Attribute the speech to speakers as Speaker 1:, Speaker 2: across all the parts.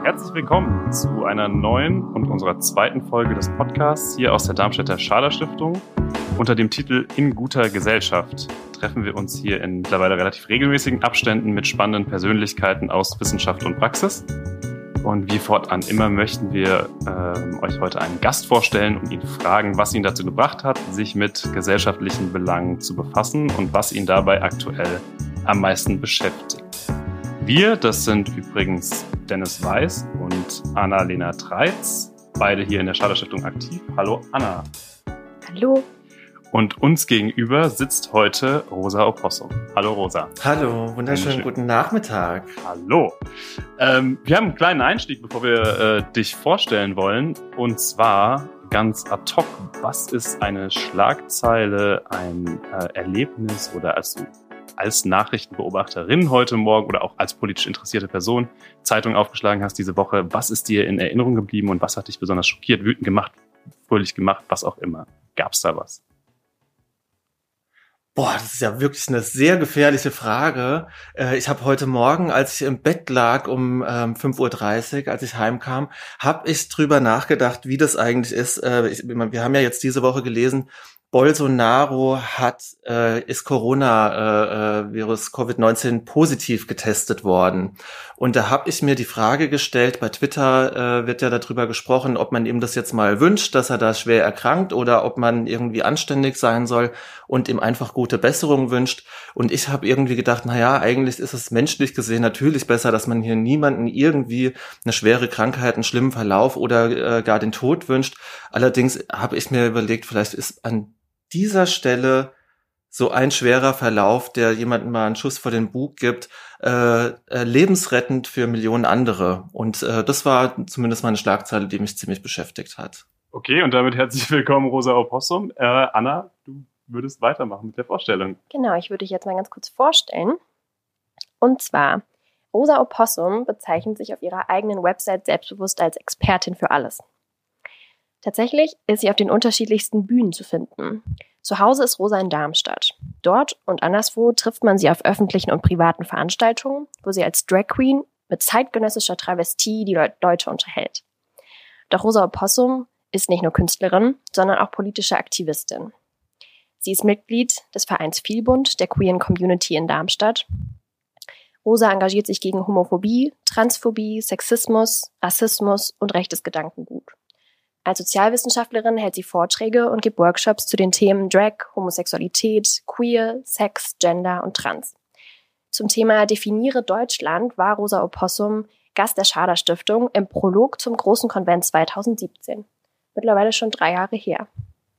Speaker 1: Herzlich willkommen zu einer neuen und unserer zweiten Folge des Podcasts hier aus der Darmstädter Schader-Stiftung. Unter dem Titel In guter Gesellschaft treffen wir uns hier in mittlerweile relativ regelmäßigen Abständen mit spannenden Persönlichkeiten aus Wissenschaft und Praxis. Und wie fortan immer möchten wir euch heute einen Gast vorstellen und ihn fragen, was ihn dazu gebracht hat, sich mit gesellschaftlichen Belangen zu befassen und was ihn dabei aktuell am meisten beschäftigt. Wir, das sind übrigens Dennis Weiß und Anna-Lena Treitz, beide hier in der Schader-Stiftung aktiv. Hallo Anna.
Speaker 2: Hallo.
Speaker 1: Und uns gegenüber sitzt heute Rosa Opossum. Hallo Rosa.
Speaker 3: Hallo, wunderschönen guten Nachmittag.
Speaker 1: Hallo. Wir haben einen kleinen Einstieg, bevor wir dich vorstellen wollen. Und zwar ganz ad hoc, was ist eine Schlagzeile, ein Erlebnis oder als Nachrichtenbeobachterin heute Morgen oder auch als politisch interessierte Person Zeitung aufgeschlagen hast diese Woche. Was ist dir in Erinnerung geblieben und was hat dich besonders schockiert, wütend gemacht, fröhlich gemacht, was auch immer? Gab's da was?
Speaker 3: Boah, das ist ja wirklich eine sehr gefährliche Frage. Ich habe heute Morgen, als ich im Bett lag um 5:30 Uhr, als ich heimkam, habe ich drüber nachgedacht, wie das eigentlich ist. Wir haben ja jetzt diese Woche gelesen, Bolsonaro ist Corona-Virus Covid-19 positiv getestet worden. Und da habe ich mir die Frage gestellt, bei Twitter wird ja darüber gesprochen, ob man ihm das jetzt mal wünscht, dass er da schwer erkrankt oder ob man irgendwie anständig sein soll und ihm einfach gute Besserung wünscht. Und ich habe irgendwie gedacht, eigentlich ist es menschlich gesehen natürlich besser, dass man hier niemanden irgendwie eine schwere Krankheit, einen schlimmen Verlauf oder gar den Tod wünscht. Allerdings habe ich mir überlegt, vielleicht ist an dieser Stelle so ein schwerer Verlauf, der jemandem mal einen Schuss vor den Bug gibt, lebensrettend für Millionen andere. Und das war zumindest mal eine Schlagzeile, die mich ziemlich beschäftigt hat.
Speaker 1: Okay, und damit herzlich willkommen, Rosa Opossum. Anna, du würdest weitermachen mit der Vorstellung.
Speaker 2: Genau, ich würde dich jetzt mal ganz kurz vorstellen. Und zwar, Rosa Opossum bezeichnet sich auf ihrer eigenen Website selbstbewusst als Expertin für alles. Tatsächlich ist sie auf den unterschiedlichsten Bühnen zu finden. Zu Hause ist Rosa in Darmstadt. Dort und anderswo trifft man sie auf öffentlichen und privaten Veranstaltungen, wo sie als Drag Queen mit zeitgenössischer Travestie die Leute unterhält. Doch Rosa Opossum ist nicht nur Künstlerin, sondern auch politische Aktivistin. Sie ist Mitglied des Vereins Vielbund der queeren Community in Darmstadt. Rosa engagiert sich gegen Homophobie, Transphobie, Sexismus, Rassismus und rechtes Gedankengut. Als Sozialwissenschaftlerin hält sie Vorträge und gibt Workshops zu den Themen Drag, Homosexualität, Queer, Sex, Gender und Trans. Zum Thema Definiere Deutschland war Rosa Opossum Gast der Schader-Stiftung im Prolog zum Großen Konvent 2017. Mittlerweile schon 3 Jahre her.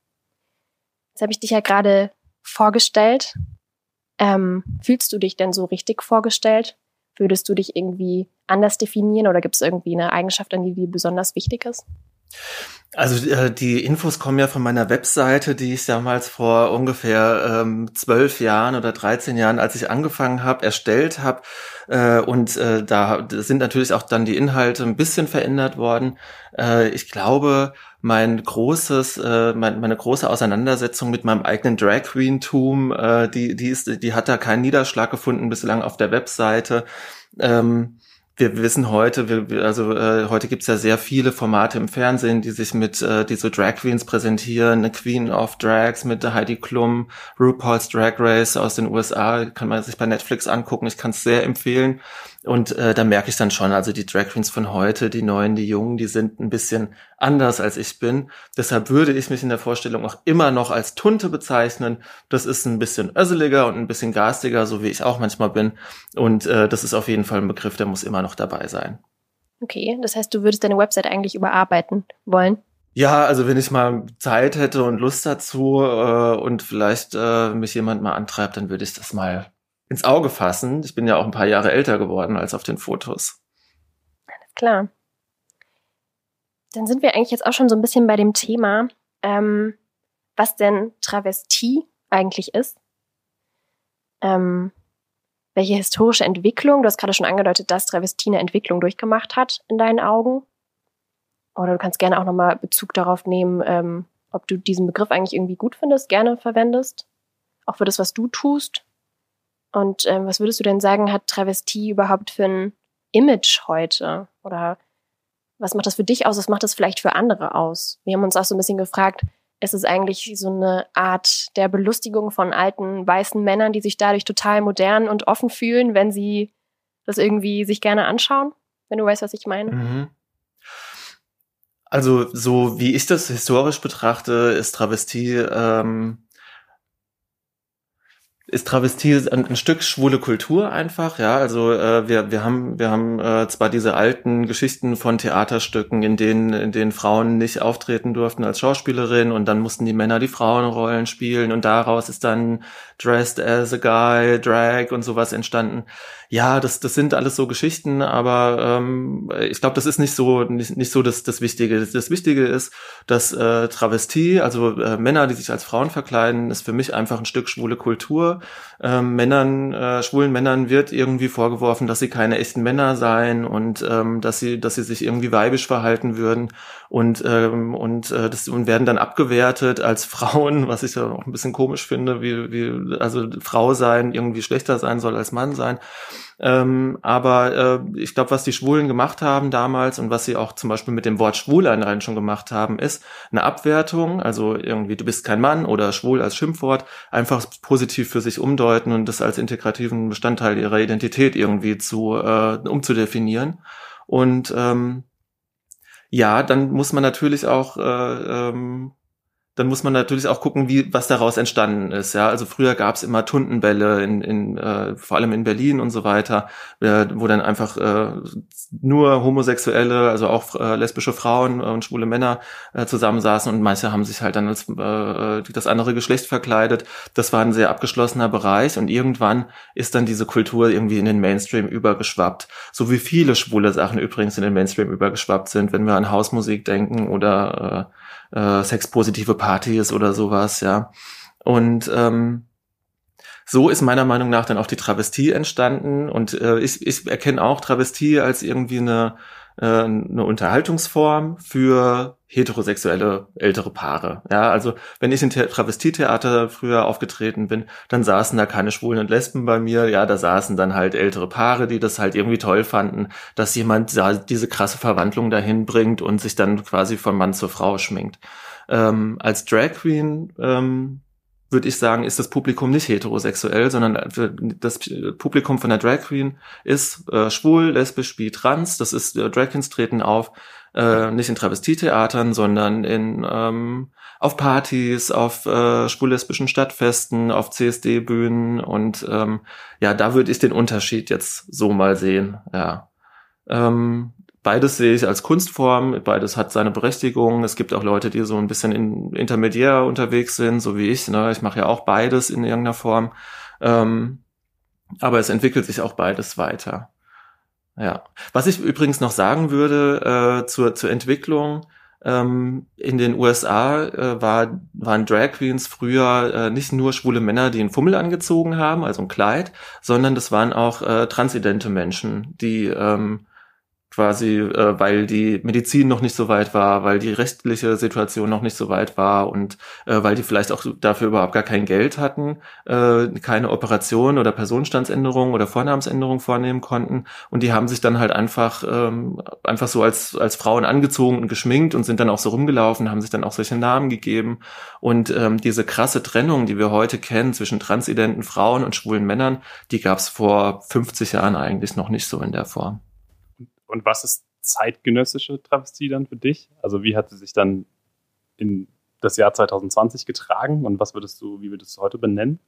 Speaker 2: Jetzt habe ich dich ja gerade vorgestellt. Fühlst du dich denn so richtig vorgestellt? Würdest du dich irgendwie anders definieren oder gibt es irgendwie eine Eigenschaft, an die dir besonders wichtig ist?
Speaker 3: Also die Infos kommen ja von meiner Webseite, die ich damals vor ungefähr 12 Jahren oder 13 Jahren, als ich angefangen habe, erstellt habe. Da sind natürlich auch dann die Inhalte ein bisschen verändert worden. Ich glaube, meine große Auseinandersetzung mit meinem eigenen Drag Queen-Tum, die hat da keinen Niederschlag gefunden bislang auf der Webseite. Wir wissen heute, heute gibt's ja sehr viele Formate im Fernsehen, die sich mit die so Drag Queens präsentieren, eine Queen of Drags mit der Heidi Klum, RuPaul's Drag Race aus den USA, kann man sich bei Netflix angucken. Ich kann es sehr empfehlen. Und da merke ich dann schon, also die Drag Queens von heute, die Neuen, die Jungen, die sind ein bisschen anders als ich bin. Deshalb würde ich mich in der Vorstellung auch immer noch als Tunte bezeichnen. Das ist ein bisschen össeliger und ein bisschen garstiger, so wie ich auch manchmal bin. Und das ist auf jeden Fall ein Begriff, der muss immer noch dabei sein.
Speaker 2: Okay, das heißt, du würdest deine Website eigentlich überarbeiten wollen?
Speaker 3: Ja, also wenn ich mal Zeit hätte und Lust dazu und vielleicht mich jemand mal antreibt, dann würde ich das mal ins Auge fassen. Ich bin ja auch ein paar Jahre älter geworden als auf den Fotos.
Speaker 2: Alles klar. Dann sind wir eigentlich jetzt auch schon so ein bisschen bei dem Thema, was denn Travestie eigentlich ist. Welche historische Entwicklung, du hast gerade schon angedeutet, dass Travestie eine Entwicklung durchgemacht hat in deinen Augen. Oder du kannst gerne auch nochmal Bezug darauf nehmen, ob du diesen Begriff eigentlich irgendwie gut findest, gerne verwendest. Auch für das, was du tust. Und was würdest du denn sagen, hat Travestie überhaupt für ein Image heute? Oder Was macht das für dich aus? Was macht das vielleicht für andere aus? Wir haben uns auch so ein bisschen gefragt, ist es eigentlich so eine Art der Belustigung von alten weißen Männern, die sich dadurch total modern und offen fühlen, wenn sie das irgendwie sich gerne anschauen? Wenn du weißt, was ich meine.
Speaker 3: Mhm. Also so wie ich das historisch betrachte, ist Travestie ein Stück schwule Kultur einfach, ja. Also wir haben zwar diese alten Geschichten von Theaterstücken, in denen Frauen nicht auftreten durften als Schauspielerin und dann mussten die Männer die Frauenrollen spielen und daraus ist dann Dressed as a Guy, Drag und sowas entstanden. Ja, das sind alles so Geschichten, aber ich glaube, das ist nicht so das Wichtige. Das Wichtige ist, dass Travestie, also Männer, die sich als Frauen verkleiden, ist für mich einfach ein Stück schwule Kultur. Schwulen Männern wird irgendwie vorgeworfen, dass sie keine echten Männer seien und dass sie sich irgendwie weibisch verhalten würden und werden dann abgewertet als Frauen, was ich ja auch ein bisschen komisch finde, wie also Frau sein irgendwie schlechter sein soll als Mann sein. Aber ich glaube, was die Schwulen gemacht haben damals und was sie auch zum Beispiel mit dem Wort schwul allein schon gemacht haben, ist eine Abwertung, also irgendwie du bist kein Mann oder schwul als Schimpfwort, einfach positiv für sich umdeuten und das als integrativen Bestandteil ihrer Identität irgendwie umzudefinieren. Und ja, dann muss man natürlich auch gucken, was daraus entstanden ist. Ja, also früher gab es immer Tuntenbälle vor allem in Berlin und so weiter, wo dann einfach nur Homosexuelle, also auch lesbische Frauen und schwule Männer zusammensaßen und manche haben sich halt dann als das andere Geschlecht verkleidet. Das war ein sehr abgeschlossener Bereich und irgendwann ist dann diese Kultur irgendwie in den Mainstream übergeschwappt. So wie viele schwule Sachen übrigens in den Mainstream übergeschwappt sind, wenn wir an Hausmusik denken oder sexpositive Partys oder sowas, ja. Und so ist meiner Meinung nach dann auch die Travestie entstanden und ich erkenne auch Travestie als irgendwie eine Unterhaltungsform für heterosexuelle ältere Paare. Ja, also wenn ich in Travestietheater früher aufgetreten bin, dann saßen da keine Schwulen und Lesben bei mir, ja, da saßen dann halt ältere Paare, die das halt irgendwie toll fanden, dass jemand da diese krasse Verwandlung dahin bringt und sich dann quasi von Mann zur Frau schminkt. Als Drag Queen würde ich sagen, ist das Publikum nicht heterosexuell, sondern das Publikum von der Drag Queen ist schwul, lesbisch, bi, trans. Das ist Drag Queens treten auf, nicht in Travestietheatern, sondern auf Partys, auf schwul-lesbischen Stadtfesten, auf CSD-Bühnen und ja, da würde ich den Unterschied jetzt so mal sehen. Ja. Beides sehe ich als Kunstform, beides hat seine Berechtigung. Es gibt auch Leute, die so ein bisschen intermediär unterwegs sind, so wie ich. Ne? Ich mache ja auch beides in irgendeiner Form. Aber es entwickelt sich auch beides weiter. Ja. Was ich übrigens noch sagen würde zur Entwicklung, in den USA waren Drag Queens früher nicht nur schwule Männer, die einen Fummel angezogen haben, also ein Kleid, sondern das waren auch transidente Menschen, die quasi, weil die Medizin noch nicht so weit war, weil die rechtliche Situation noch nicht so weit war und weil die vielleicht auch dafür überhaupt gar kein Geld hatten, keine Operation oder Personenstandsänderung oder Vornamensänderung vornehmen konnten und die haben sich dann halt einfach so als Frauen angezogen und geschminkt und sind dann auch so rumgelaufen, haben sich dann auch solche Namen gegeben und diese krasse Trennung, die wir heute kennen zwischen transidenten Frauen und schwulen Männern, die gab es vor 50 Jahren eigentlich noch nicht so in der Form.
Speaker 1: Und was ist zeitgenössische Travestie dann für dich? Also wie hat sie sich dann in das Jahr 2020 getragen und wie würdest du heute benennen?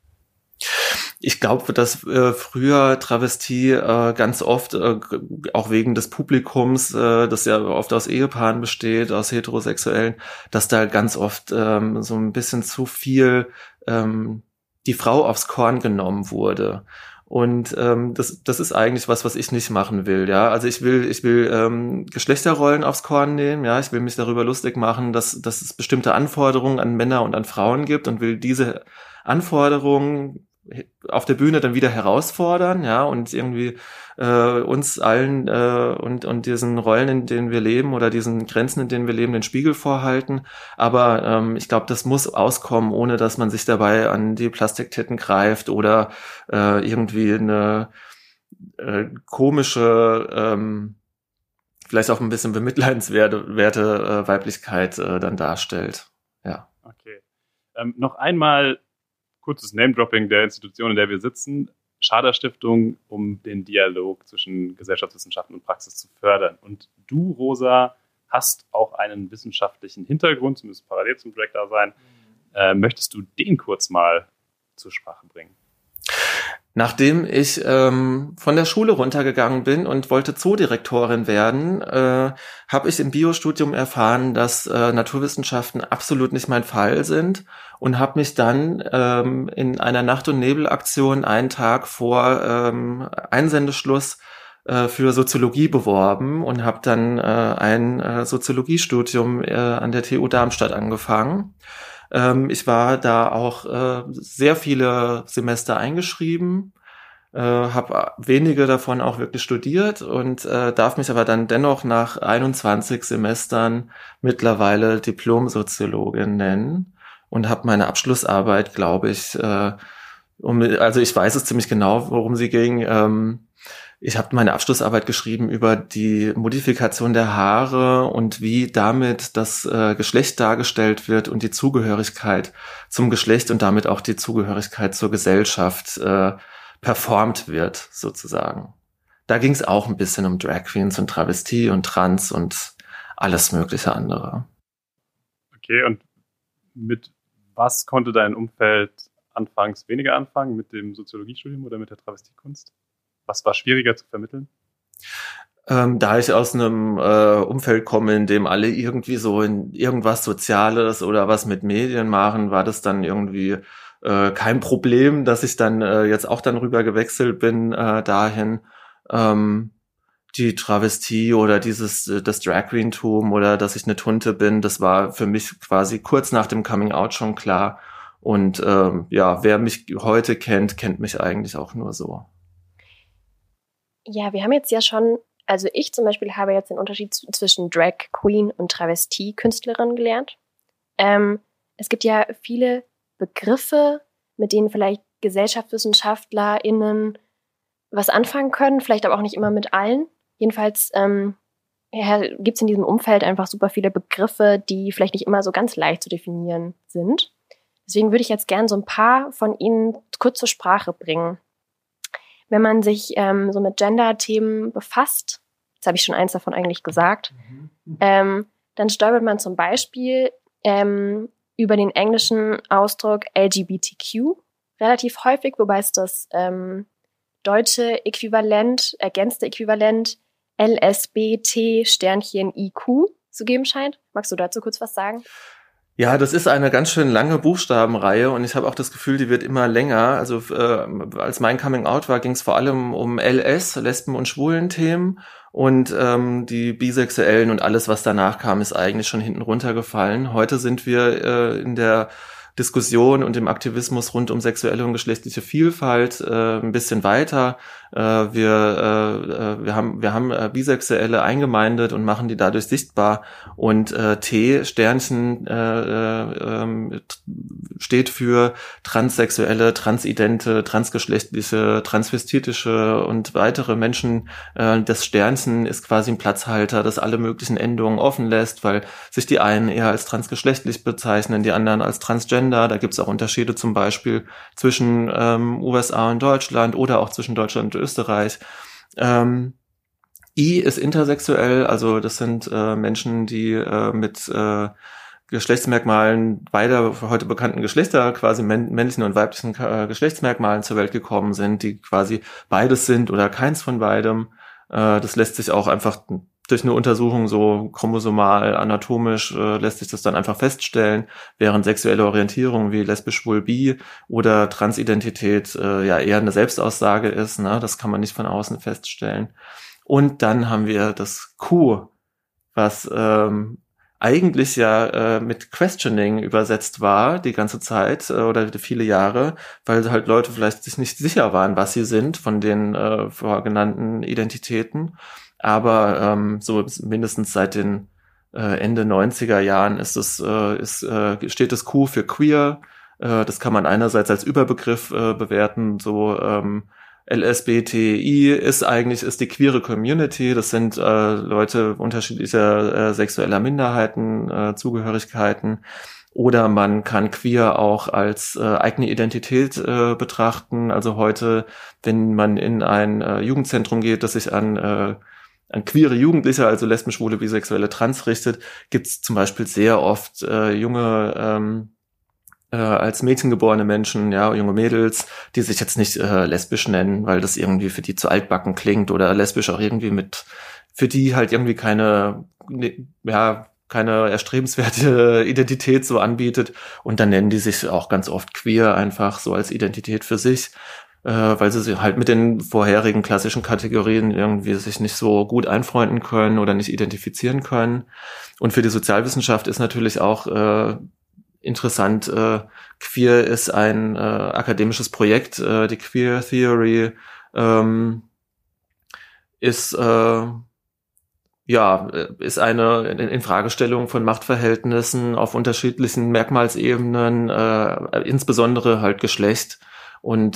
Speaker 3: Ich glaube, dass früher Travestie ganz oft, auch wegen des Publikums, das ja oft aus Ehepaaren besteht, aus Heterosexuellen, dass da ganz oft so ein bisschen zu viel die Frau aufs Korn genommen wurde. Und das ist eigentlich was ich nicht machen will, ja. Also ich will Geschlechterrollen aufs Korn nehmen, ja. Ich will mich darüber lustig machen, dass es bestimmte Anforderungen an Männer und an Frauen gibt und will diese Anforderungen auf der Bühne dann wieder herausfordern, ja, und irgendwie uns allen und diesen Rollen, in denen wir leben oder diesen Grenzen, in denen wir leben, den Spiegel vorhalten. Aber ich glaube, das muss auskommen, ohne dass man sich dabei an die Plastiktitten greift oder irgendwie eine komische vielleicht auch ein bisschen bemitleidenswerte Weiblichkeit dann darstellt. Ja.
Speaker 1: Okay. Noch einmal kurzes Name-Dropping der Institution, in der wir sitzen. Schader-Stiftung, um den Dialog zwischen Gesellschaftswissenschaften und Praxis zu fördern. Und du, Rosa, hast auch einen wissenschaftlichen Hintergrund, zumindest parallel zum Drag-Dasein. Möchtest du den kurz mal zur Sprache bringen?
Speaker 3: Nachdem ich von der Schule runtergegangen bin und wollte Zoodirektorin werden, habe ich im Biostudium erfahren, dass Naturwissenschaften absolut nicht mein Fall sind und habe mich dann in einer Nacht- und Nebelaktion einen Tag vor Einsendeschluss für Soziologie beworben und habe dann ein Soziologiestudium an der TU Darmstadt angefangen. Ich war da auch sehr viele Semester eingeschrieben, habe wenige davon auch wirklich studiert und darf mich aber dann dennoch nach 21 Semestern mittlerweile Diplom-Soziologin nennen und habe meine Abschlussarbeit, glaube ich, also ich weiß es ziemlich genau, worum sie ging. Ich habe meine Abschlussarbeit geschrieben über die Modifikation der Haare und wie damit das Geschlecht dargestellt wird und die Zugehörigkeit zum Geschlecht und damit auch die Zugehörigkeit zur Gesellschaft performt wird, sozusagen. Da ging es auch ein bisschen um Drag Queens und Travestie und Trans und alles mögliche andere.
Speaker 1: Okay, und mit was konnte dein Umfeld anfangs weniger anfangen? Mit dem Soziologiestudium oder mit der Travestiekunst? Was war schwieriger zu vermitteln?
Speaker 3: Da ich aus einem Umfeld komme, in dem alle irgendwie so in irgendwas Soziales oder was mit Medien machen, war das dann irgendwie kein Problem, dass ich dann jetzt auch dann rüber gewechselt bin dahin. Die Travestie oder das Drag Queen-Tum oder dass ich eine Tunte bin, das war für mich quasi kurz nach dem Coming Out schon klar. Und wer mich heute kennt, kennt mich eigentlich auch nur so.
Speaker 2: Ja, wir haben jetzt ja schon, also ich zum Beispiel habe jetzt den Unterschied zwischen Drag Queen und Travestie-Künstlerin gelernt. Es gibt ja viele Begriffe, mit denen vielleicht GesellschaftswissenschaftlerInnen was anfangen können, vielleicht aber auch nicht immer mit allen. Jedenfalls gibt es in diesem Umfeld einfach super viele Begriffe, die vielleicht nicht immer so ganz leicht zu definieren sind. Deswegen würde ich jetzt gerne so ein paar von ihnen kurz zur Sprache bringen. Wenn man sich so mit Gender-Themen befasst, jetzt habe ich schon eins davon eigentlich gesagt, dann stolpert man zum Beispiel über den englischen Ausdruck LGBTQ relativ häufig, wobei es das deutsche Äquivalent, ergänzte Äquivalent LSBT-IQ zu geben scheint. Magst du dazu kurz was sagen?
Speaker 3: Ja, das ist eine ganz schön lange Buchstabenreihe und ich habe auch das Gefühl, die wird immer länger. Also als mein Coming Out war, ging es vor allem um LS, Lesben- und Schwulen-Themen und die Bisexuellen und alles, was danach kam, ist eigentlich schon hinten runtergefallen. Heute sind wir in der Diskussion und im Aktivismus rund um sexuelle und geschlechtliche Vielfalt ein bisschen weiter. Wir haben Bisexuelle eingemeindet und machen die dadurch sichtbar. Und T-Sternchen steht für transsexuelle, transidente, transgeschlechtliche, transvestitische und weitere Menschen. Das Sternchen ist quasi ein Platzhalter, das alle möglichen Endungen offen lässt, weil sich die einen eher als transgeschlechtlich bezeichnen, die anderen als transgender. Da gibt es auch Unterschiede zum Beispiel zwischen USA und Deutschland oder auch zwischen Deutschland und Österreich. I ist intersexuell, also das sind Menschen, die mit Geschlechtsmerkmalen beider heute bekannten Geschlechter, quasi männlichen und weiblichen Geschlechtsmerkmalen zur Welt gekommen sind, die quasi beides sind oder keins von beidem. Das lässt sich auch einfach durch eine Untersuchung so chromosomal, anatomisch lässt sich das dann einfach feststellen, während sexuelle Orientierung wie lesbisch, schwul, bi oder Transidentität eher eine Selbstaussage ist, ne? Das kann man nicht von außen feststellen. Und dann haben wir das Q, was eigentlich mit Questioning übersetzt war die ganze Zeit oder viele Jahre, weil halt Leute vielleicht sich nicht sicher waren, was sie sind von den vorgenannten Identitäten. Aber so mindestens seit den Ende 90er Jahren steht das Q für queer. Das kann man einerseits als Überbegriff bewerten, so LSBTI ist die queere Community. Das sind Leute unterschiedlicher sexueller Minderheiten, Zugehörigkeiten. Oder man kann queer auch als eigene Identität betrachten. Also heute, wenn man in ein Jugendzentrum geht, das sich an queere Jugendliche, also lesben, schwule, bisexuelle, trans richtet, gibt es zum Beispiel sehr oft junge als Mädchen geborene Menschen, ja, junge Mädels, die sich jetzt nicht lesbisch nennen, weil das irgendwie für die zu altbacken klingt, oder lesbisch auch irgendwie für die halt irgendwie keine erstrebenswerte Identität so anbietet, und dann nennen die sich auch ganz oft queer einfach so als Identität für sich, weil sie halt mit den vorherigen klassischen Kategorien irgendwie sich nicht so gut einfreunden können oder nicht identifizieren können. Und für die Sozialwissenschaft ist natürlich auch interessant, Queer ist ein akademisches Projekt, die Queer Theory ist eine Infragestellung von Machtverhältnissen auf unterschiedlichen Merkmalsebenen, insbesondere halt Geschlecht und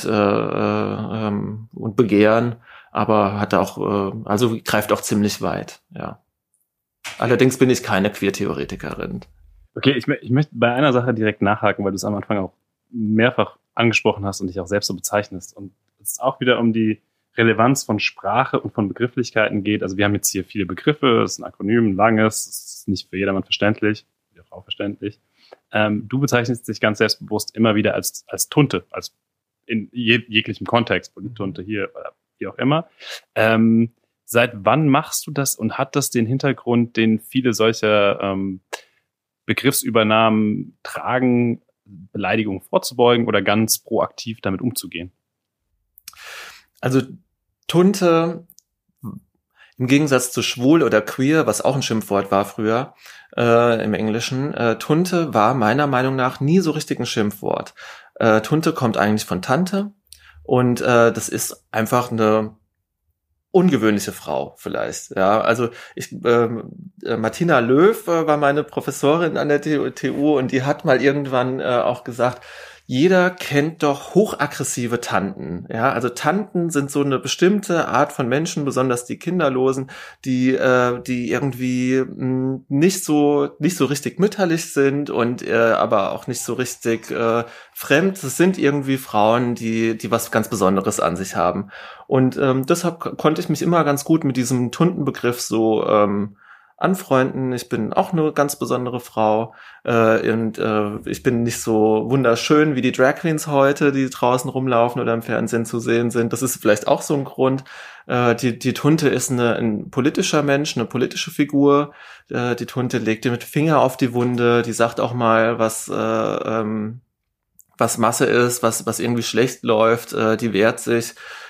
Speaker 3: Begehren, aber hat auch, also greift auch ziemlich weit, ja. Allerdings bin ich keine Queer-Theoretikerin.
Speaker 1: Okay, ich möchte bei einer Sache direkt nachhaken, weil du es am Anfang auch mehrfach angesprochen hast und dich auch selbst so bezeichnest. Und es auch wieder um die Relevanz von Sprache und von Begrifflichkeiten geht. Also wir haben jetzt hier viele Begriffe, es ist ein Akronym, ein langes, es ist nicht für jedermann verständlich, für die Frau verständlich. Du bezeichnest dich ganz selbstbewusst immer wieder als Tunte, als in jeglichem Kontext, Tunte hier oder wie auch immer. Seit wann machst du das und hat das den Hintergrund, den viele solcher Begriffsübernahmen tragen, Beleidigungen vorzubeugen oder ganz proaktiv damit umzugehen?
Speaker 3: Also Tunte, im Gegensatz zu schwul oder queer, was auch ein Schimpfwort war früher im Englischen, Tunte war meiner Meinung nach nie so richtig ein Schimpfwort. Tunte kommt eigentlich von Tante, und das ist einfach eine ungewöhnliche Frau vielleicht, ja, also Martina Löw war meine Professorin an der TU, und die hat mal irgendwann auch gesagt, jeder kennt doch hochaggressive Tanten, ja, also Tanten sind so eine bestimmte Art von Menschen, besonders die Kinderlosen, die irgendwie nicht so richtig mütterlich sind und aber auch nicht so richtig fremd. Das sind irgendwie Frauen, die was ganz Besonderes an sich haben, und deshalb konnte ich mich immer ganz gut mit diesem Tuntenbegriff so anfreunden. Ich bin auch eine ganz besondere Frau, und ich bin nicht so wunderschön wie die Drag Queens heute, die draußen rumlaufen oder im Fernsehen zu sehen sind. Das ist vielleicht auch so ein Grund. Die Tunte ist ein politischer Mensch, eine politische Figur. Die Tunte legt dir mit Finger auf die Wunde, die sagt auch mal, was Masse ist, was irgendwie schlecht läuft, die wehrt sich,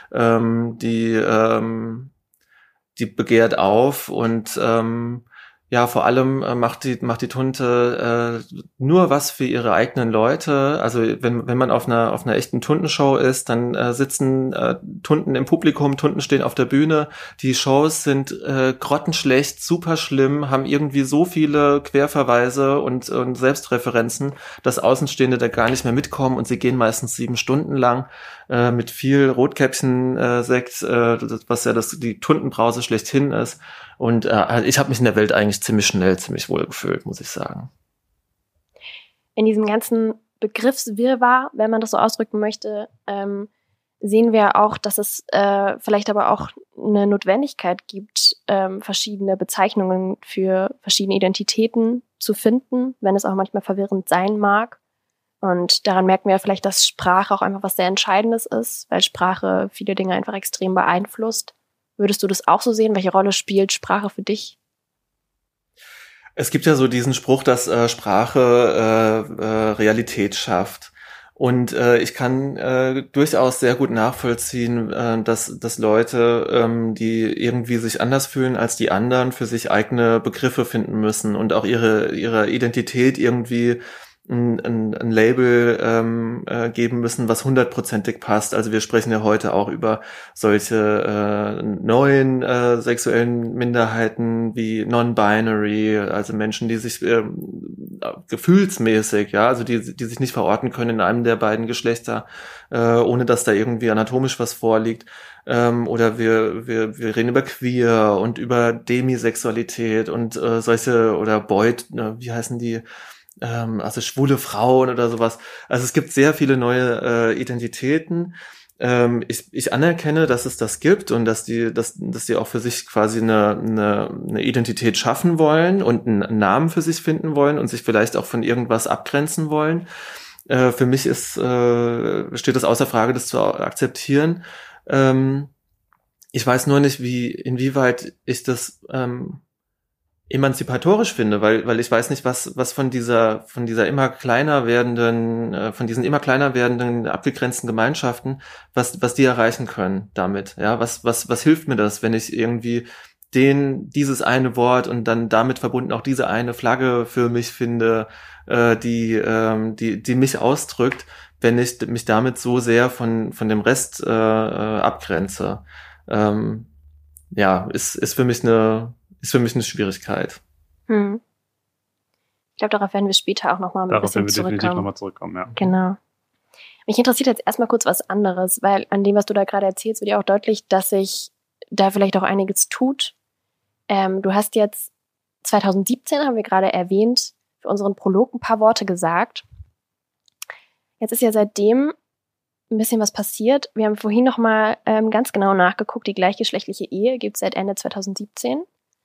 Speaker 3: die begehrt auf, und vor allem macht die Tunte nur was für ihre eigenen Leute. Also wenn man auf einer echten Tuntenshow ist, dann sitzen Tunten im Publikum, Tunten stehen auf der Bühne. Die Shows sind grottenschlecht, super schlimm, haben irgendwie so viele Querverweise und Selbstreferenzen, dass Außenstehende da gar nicht mehr mitkommen, und sie gehen meistens 7 Stunden lang mit viel Rotkäppchen-Sekt, was ja die Tuntenbrause schlechthin ist. Und ich habe mich in der Welt eigentlich ziemlich schnell, ziemlich wohl gefühlt, muss ich sagen.
Speaker 2: In diesem ganzen Begriffswirrwarr, wenn man das so ausdrücken möchte, sehen wir auch, dass es vielleicht aber auch eine Notwendigkeit gibt, verschiedene Bezeichnungen für verschiedene Identitäten zu finden, wenn es auch manchmal verwirrend sein mag. Und daran merken wir vielleicht, dass Sprache auch einfach was sehr Entscheidendes ist, weil Sprache viele Dinge einfach extrem beeinflusst. Würdest du das auch so sehen? Welche Rolle spielt Sprache für dich?
Speaker 3: Es gibt ja so diesen Spruch, dass Sprache Realität schafft. Und ich kann durchaus sehr gut nachvollziehen, dass Leute, die irgendwie sich anders fühlen als die anderen, für sich eigene Begriffe finden müssen und auch ihre Identität irgendwie ein Label geben müssen, was 100%ig passt. Also wir sprechen ja heute auch über solche neuen sexuellen Minderheiten wie Non-Binary, also Menschen, die sich gefühlsmäßig, ja, also die sich nicht verorten können in einem der beiden Geschlechter, ohne dass da irgendwie anatomisch was vorliegt. Oder wir reden über Queer und über Demisexualität und solche, oder Boyd, wie heißen die? Also schwule Frauen oder sowas. Also es gibt sehr viele neue Identitäten. Ich anerkenne, dass es das gibt und dass die auch für sich quasi eine Identität schaffen wollen und einen Namen für sich finden wollen und sich vielleicht auch von irgendwas abgrenzen wollen. Für mich steht es außer Frage, das zu akzeptieren. Ich weiß nur nicht, inwieweit ich das emanzipatorisch finde, weil ich weiß nicht, was von diesen immer kleiner werdenden abgegrenzten Gemeinschaften, was die erreichen können damit. Ja, was hilft mir das, wenn ich irgendwie dieses eine Wort und dann damit verbunden auch diese eine Flagge für mich finde, die mich ausdrückt, wenn ich mich damit so sehr von dem Rest abgrenze. Ist für mich eine Schwierigkeit.
Speaker 2: Ich glaube, darauf werden wir später auch nochmal ein bisschen zurückkommen. Darauf werden wir definitiv nochmal zurückkommen, ja. Genau. Mich interessiert jetzt erstmal kurz was anderes, weil an dem, was du da gerade erzählst, wird ja auch deutlich, dass sich da vielleicht auch einiges tut. Du hast jetzt 2017, haben wir gerade erwähnt, für unseren Prolog ein paar Worte gesagt. Jetzt ist ja seitdem ein bisschen was passiert. Wir haben vorhin nochmal ganz genau nachgeguckt. Die gleichgeschlechtliche Ehe gibt es seit Ende 2017.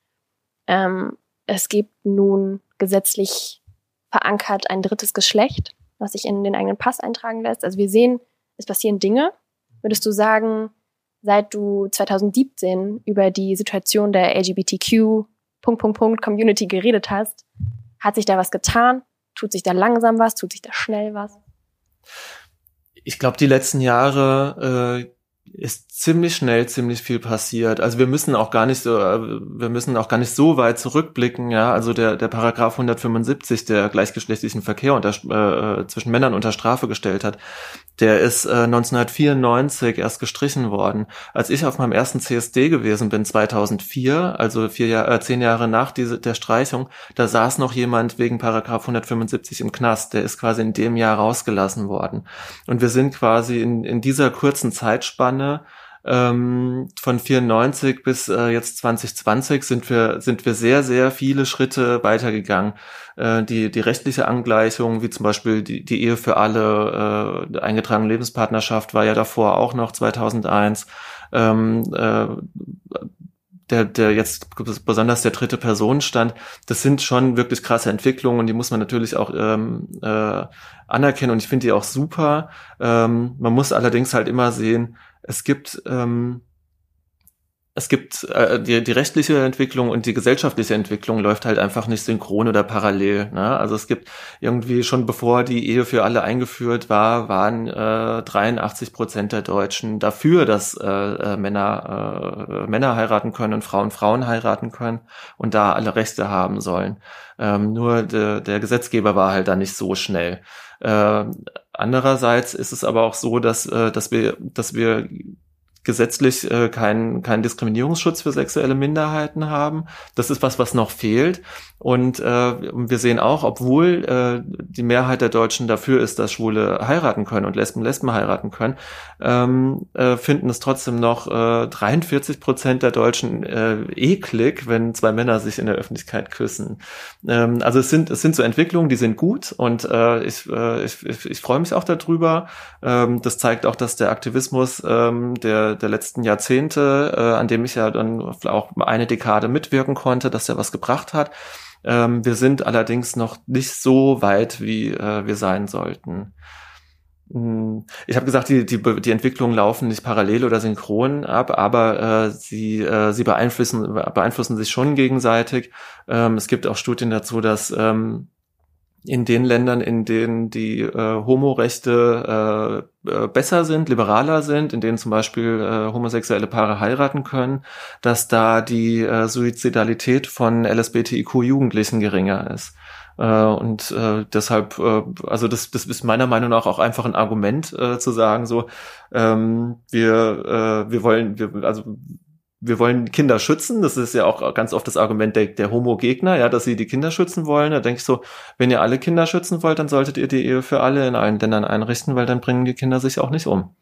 Speaker 2: Es gibt nun gesetzlich verankert ein drittes Geschlecht, was sich in den eigenen Pass eintragen lässt. Also wir sehen, es passieren Dinge. Würdest du sagen, seit du 2017 über die Situation der LGBTQ Community geredet hast, hat sich da was getan? Tut sich da langsam was? Tut sich da schnell was?
Speaker 3: Ich glaube, die letzten Jahre ist ziemlich schnell ziemlich viel passiert. Also wir müssen auch gar nicht so weit zurückblicken, ja. Also der Paragraph 175, der gleichgeschlechtlichen Verkehr zwischen Männern unter Strafe gestellt hat, der ist 1994 erst gestrichen worden. Als ich auf meinem ersten CSD gewesen bin, 2004, also 10 Jahre nach der Streichung, da saß noch jemand wegen Paragraph 175 im Knast. Der ist quasi in dem Jahr rausgelassen worden. Und wir sind quasi in dieser kurzen Zeitspanne von 94 bis jetzt 2020 sind wir sehr, sehr viele Schritte weitergegangen. Die rechtliche Angleichung, wie zum Beispiel die Ehe für alle, eingetragene Lebenspartnerschaft war ja davor auch noch 2001. Der jetzt besonders der dritte Personenstand, das sind schon wirklich krasse Entwicklungen und die muss man natürlich auch anerkennen und ich finde die auch super. Man muss allerdings halt immer sehen, es gibt die rechtliche Entwicklung und die gesellschaftliche Entwicklung läuft halt einfach nicht synchron oder parallel. Ne? Also es gibt irgendwie schon bevor die Ehe für alle eingeführt waren 83% der Deutschen dafür, dass Männer heiraten können und Frauen heiraten können und da alle Rechte haben sollen. Nur der Gesetzgeber war halt da nicht so schnell. Andererseits ist es aber auch so, dass wir gesetzlich keinen Diskriminierungsschutz für sexuelle Minderheiten haben. Das ist was noch fehlt. Und wir sehen auch, obwohl die Mehrheit der Deutschen dafür ist, dass Schwule heiraten können und Lesben heiraten können, finden es trotzdem noch 43% der Deutschen eklig, wenn zwei Männer sich in der Öffentlichkeit küssen. Also es sind so Entwicklungen, die sind gut und ich freue mich auch darüber. Das zeigt auch, dass der Aktivismus der letzten Jahrzehnte, an dem ich ja dann auch eine Dekade mitwirken konnte, dass der was gebracht hat. Wir sind allerdings noch nicht so weit, wie wir sein sollten. Ich habe gesagt, die Entwicklungen laufen nicht parallel oder synchron ab, aber sie beeinflussen sich schon gegenseitig. Es gibt auch Studien dazu, dass in den Ländern, in denen die Homorechte besser sind, liberaler sind, in denen zum Beispiel homosexuelle Paare heiraten können, dass da die Suizidalität von LSBTIQ-Jugendlichen geringer ist. Und deshalb, also das ist meiner Meinung nach auch einfach ein Argument zu sagen, so wir wir wollen Kinder schützen. Das ist ja auch ganz oft das Argument der Homo-Gegner, ja, dass sie die Kinder schützen wollen. Da denke ich so, wenn ihr alle Kinder schützen wollt, dann solltet ihr die Ehe für alle in allen Ländern einrichten, weil dann bringen die Kinder sich auch nicht um.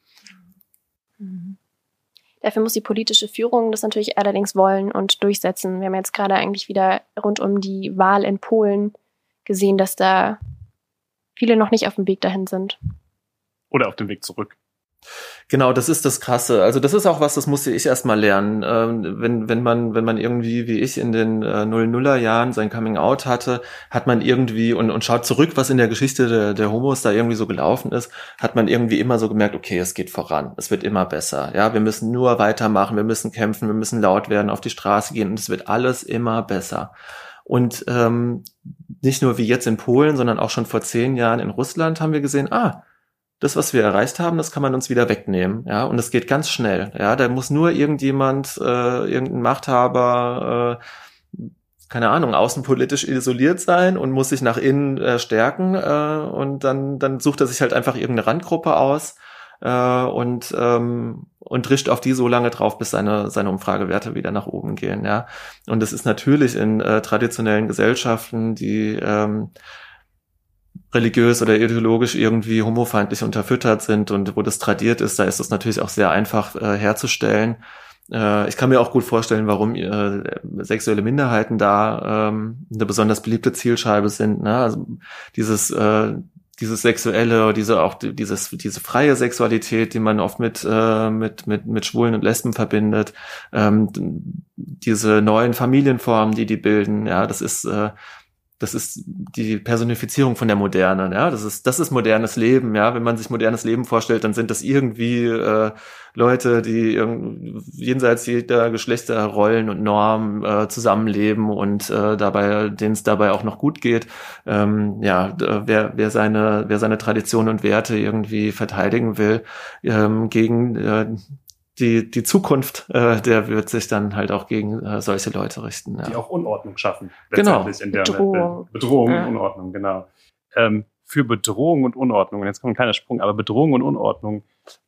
Speaker 2: Dafür muss die politische Führung das natürlich allerdings wollen und durchsetzen. Wir haben jetzt gerade eigentlich wieder rund um die Wahl in Polen gesehen, dass da viele noch nicht auf dem Weg dahin sind.
Speaker 1: Oder auf dem Weg zurück.
Speaker 3: Genau, das ist das Krasse. Also das ist auch was, das musste ich erst mal lernen. Wenn man irgendwie, wie ich, in den 00er Jahren sein Coming Out hatte, hat man irgendwie und schaut zurück, was in der Geschichte der Homos da irgendwie so gelaufen ist, hat man irgendwie immer so gemerkt, okay, es geht voran, es wird immer besser. Ja, wir müssen nur weitermachen, wir müssen kämpfen, wir müssen laut werden, auf die Straße gehen und es wird alles immer besser. Und nicht nur wie jetzt in Polen, sondern auch schon vor 10 Jahren in Russland haben wir gesehen, das, was wir erreicht haben, das kann man uns wieder wegnehmen, ja, und es geht ganz schnell, ja, da muss nur irgendjemand, irgendein Machthaber, keine Ahnung, außenpolitisch isoliert sein und muss sich nach innen stärken, und dann sucht er sich halt einfach irgendeine Randgruppe aus, und drischt auf die so lange drauf, bis seine Umfragewerte wieder nach oben gehen, ja, und das ist natürlich in traditionellen Gesellschaften, die religiös oder ideologisch irgendwie homofeindlich unterfüttert sind und wo das tradiert ist, da ist es natürlich auch sehr einfach herzustellen. Ich kann mir auch gut vorstellen, warum sexuelle Minderheiten da eine besonders beliebte Zielscheibe sind. Ne? Also dieses sexuelle, diese freie Sexualität, die man oft mit Schwulen und Lesben verbindet, diese neuen Familienformen, die bilden, ja, das ist die Personifizierung von der Moderne, ja. Das ist modernes Leben, ja. Wenn man sich modernes Leben vorstellt, dann sind das irgendwie Leute, die jenseits jeder Geschlechterrollen und Normen zusammenleben und denen es dabei auch noch gut geht. Wer seine Tradition und Werte irgendwie verteidigen will gegen die Zukunft, der wird sich dann halt auch gegen solche Leute richten. Ja.
Speaker 1: Die auch Unordnung schaffen.
Speaker 3: Genau.
Speaker 1: In der Bedrohung und Unordnung, genau. Für Bedrohung und Unordnung, und jetzt kommt ein kleiner Sprung, aber Bedrohung und Unordnung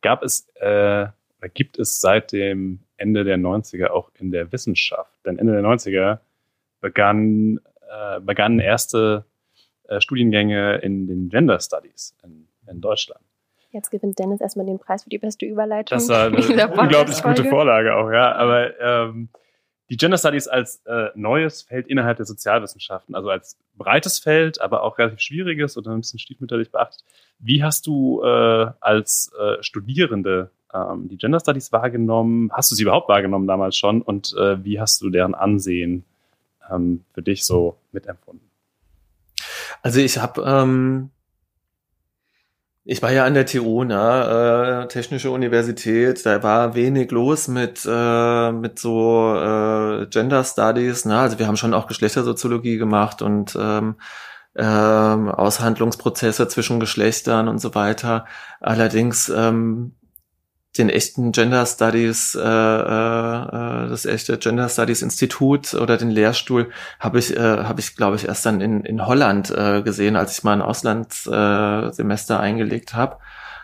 Speaker 1: gibt es seit dem Ende der 90er auch in der Wissenschaft. Denn Ende der 90er begannen erste Studiengänge in den Gender Studies in Deutschland.
Speaker 2: Jetzt gewinnt Dennis erstmal den Preis für die beste Überleitung.
Speaker 1: Das war eine unglaublich gute Vorlage auch, ja. Aber die Gender Studies als neues Feld innerhalb der Sozialwissenschaften, also als breites Feld, aber auch relativ schwieriges oder ein bisschen stiefmütterlich beachtet. Wie hast du als Studierende die Gender Studies wahrgenommen? Hast du sie überhaupt wahrgenommen damals schon? Und wie hast du deren Ansehen für dich so mitempfunden?
Speaker 3: Also ich war ja an der TU, Technische Universität, da war wenig los mit so Gender Studies, also wir haben schon auch Geschlechtersoziologie gemacht und Aushandlungsprozesse zwischen Geschlechtern und so weiter. Allerdings den echten Gender Studies, das echte Gender Studies Institut oder den Lehrstuhl habe ich glaube ich erst dann in Holland gesehen, als ich mal ein Auslandssemester eingelegt habe.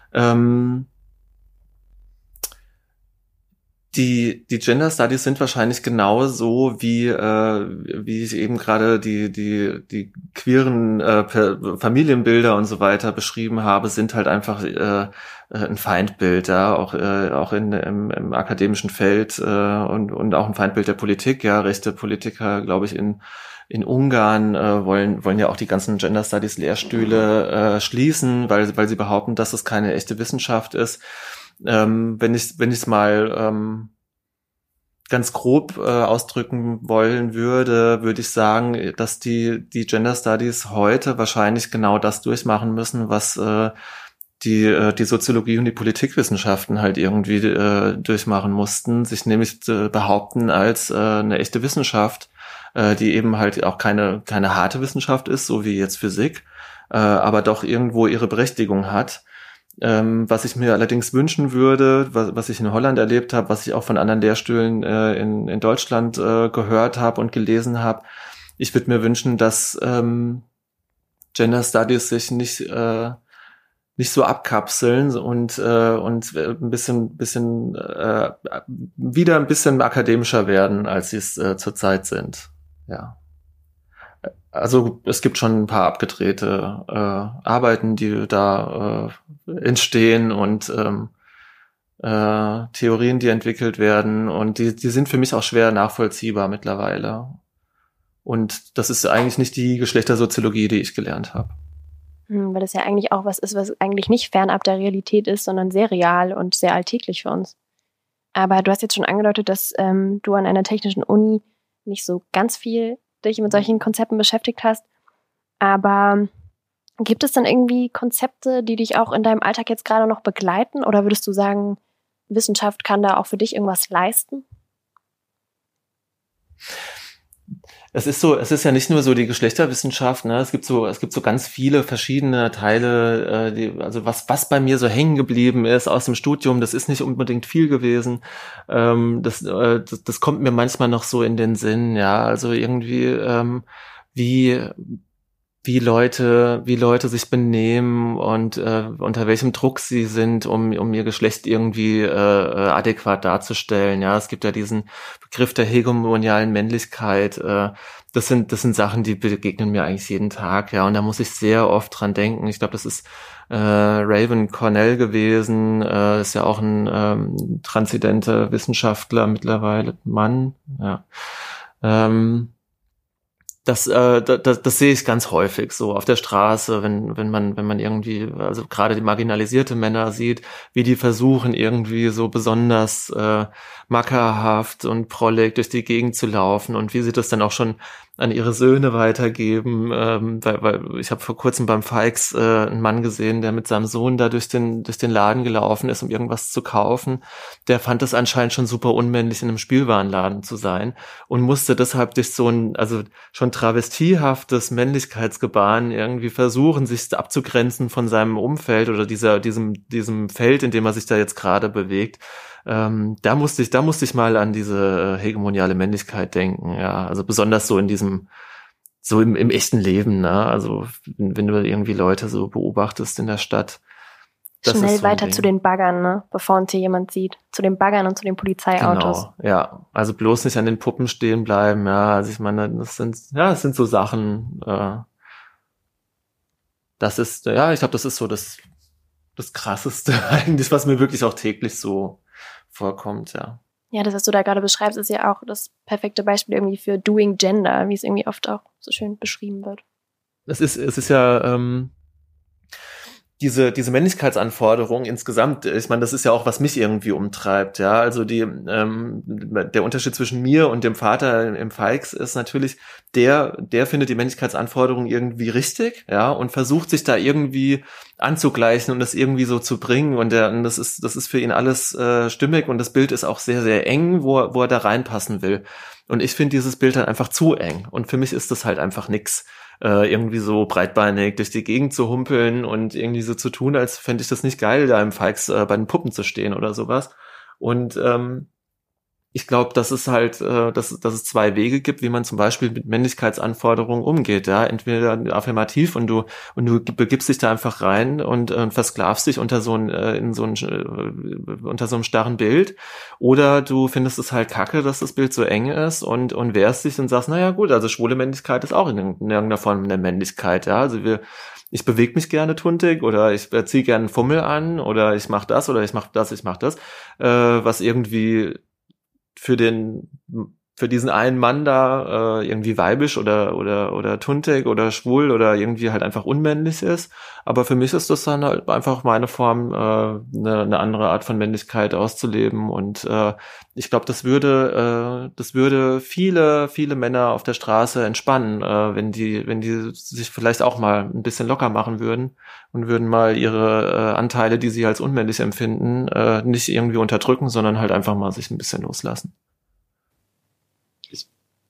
Speaker 3: Die Gender Studies sind wahrscheinlich genauso wie ich eben gerade die queeren Familienbilder und so weiter beschrieben habe, sind halt einfach ein Feindbild, ja, auch im akademischen Feld und auch ein Feindbild der Politik, ja, rechte Politiker, glaube ich, in Ungarn wollen ja auch die ganzen Gender Studies Lehrstühle schließen, weil sie behaupten, dass es keine echte Wissenschaft ist. Wenn ich mal ganz grob ausdrücken wollen würde ich sagen, dass die Gender Studies heute wahrscheinlich genau das durchmachen müssen, was die Soziologie und die Politikwissenschaften halt irgendwie durchmachen mussten, sich nämlich behaupten als eine echte Wissenschaft, die eben halt auch keine harte Wissenschaft ist, so wie jetzt Physik, aber doch irgendwo ihre Berechtigung hat. Was ich mir allerdings wünschen würde, was ich in Holland erlebt habe, was ich auch von anderen Lehrstühlen in Deutschland gehört habe und gelesen habe, ich würde mir wünschen, dass Gender Studies sich nicht nicht so abkapseln und ein bisschen wieder ein bisschen akademischer werden, als sie es zurzeit sind. Ja. Also es gibt schon ein paar abgedrehte Arbeiten, die da entstehen und Theorien, die entwickelt werden, und die sind für mich auch schwer nachvollziehbar mittlerweile. Und das ist eigentlich nicht die Geschlechtersoziologie, die ich gelernt habe.
Speaker 2: Weil das ja eigentlich auch was ist, was eigentlich nicht fernab der Realität ist, sondern sehr real und sehr alltäglich für uns. Aber du hast jetzt schon angedeutet, dass du an einer technischen Uni nicht so ganz viel dich mit solchen Konzepten beschäftigt hast. Aber gibt es dann irgendwie Konzepte, die dich auch in deinem Alltag jetzt gerade noch begleiten? Oder würdest du sagen, Wissenschaft kann da auch für dich irgendwas leisten?
Speaker 3: Es ist ja nicht nur so die Geschlechterwissenschaft, ne? Es gibt so ganz viele verschiedene Teile, also was bei mir so hängen geblieben ist aus dem Studium, das ist nicht unbedingt viel gewesen. Das kommt mir manchmal noch so in den Sinn, ja. Also irgendwie, wie Leute sich benehmen und unter welchem Druck sie sind, um ihr Geschlecht irgendwie adäquat darzustellen. Ja, es gibt ja diesen Begriff der hegemonialen Männlichkeit. Das sind Sachen, die begegnen mir eigentlich jeden Tag. Ja, und da muss ich sehr oft dran denken. Ich glaube, das ist Raven Cornell gewesen. Ist ja auch ein transzendenter Wissenschaftler mittlerweile, Mann. Ja. Das sehe ich ganz häufig so auf der Straße, wenn man irgendwie, also gerade die marginalisierte Männer sieht, wie die versuchen irgendwie so besonders mackerhaft und prollig durch die Gegend zu laufen, und wie sie das dann auch schon an ihre Söhne weitergeben, weil ich habe vor kurzem beim Fikes einen Mann gesehen, der mit seinem Sohn da durch den Laden gelaufen ist, um irgendwas zu kaufen. Der fand es anscheinend schon super unmännlich, in einem Spielwarenladen zu sein, und musste deshalb durch so ein, also schon travestiehaftes Männlichkeitsgebaren irgendwie versuchen, sich abzugrenzen von seinem Umfeld oder diesem Feld, in dem er sich da jetzt gerade bewegt. Da musste ich mal an diese hegemoniale Männlichkeit denken, ja, also besonders so im echten Leben, ne, also wenn du irgendwie Leute so beobachtest in der Stadt.
Speaker 2: Schnell so weiter zu den Baggern, ne, bevor uns hier jemand sieht, zu den Baggern und zu den Polizeiautos.
Speaker 3: Genau, ja, also bloß nicht an den Puppen stehen bleiben, ja, also ich meine, das sind so Sachen, das ist, ja, ich glaube, das ist so das Krasseste eigentlich, was mir wirklich auch täglich so vorkommt, ja.
Speaker 2: Ja, das, was du da gerade beschreibst, ist ja auch das perfekte Beispiel irgendwie für Doing Gender, wie es irgendwie oft auch so schön beschrieben wird.
Speaker 3: Es ist ja diese Männlichkeitsanforderung insgesamt, ich meine, das ist ja auch, was mich irgendwie umtreibt, ja, also der Unterschied zwischen mir und dem Vater im Fikes ist natürlich, der findet die Männlichkeitsanforderung irgendwie richtig, ja, und versucht sich da irgendwie anzugleichen und das irgendwie so zu bringen, und das ist für ihn alles stimmig, und das Bild ist auch sehr, sehr eng, wo er da reinpassen will. Und ich finde dieses Bild dann einfach zu eng, und für mich ist das halt einfach nix, irgendwie so breitbeinig durch die Gegend zu humpeln und irgendwie so zu tun, als fände ich das nicht geil, da im Fikes bei den Puppen zu stehen oder sowas. Und ich glaube, dass es halt, dass es zwei Wege gibt, wie man zum Beispiel mit Männlichkeitsanforderungen umgeht. Ja, entweder affirmativ und du begibst dich da einfach rein und versklavst dich unter so einem starren Bild, oder du findest es halt kacke, dass das Bild so eng ist, und wehrst dich und sagst, naja gut, also schwule Männlichkeit ist auch in irgendeiner Form eine Männlichkeit. Ja, also ich bewege mich gerne tuntig, oder ich ziehe gerne einen Fummel an, oder ich mache das, oder ich mache das, was irgendwie für diesen einen Mann da irgendwie weibisch oder tuntig oder schwul oder irgendwie halt einfach unmännlich ist. Aber für mich ist das dann halt einfach meine Form, eine andere Art von Männlichkeit auszuleben. Und ich glaube, das würde viele Männer auf der Straße entspannen, wenn die sich vielleicht auch mal ein bisschen locker machen würden und würden mal ihre Anteile, die sie als unmännlich empfinden, nicht irgendwie unterdrücken, sondern halt einfach mal sich ein bisschen loslassen.
Speaker 1: Ich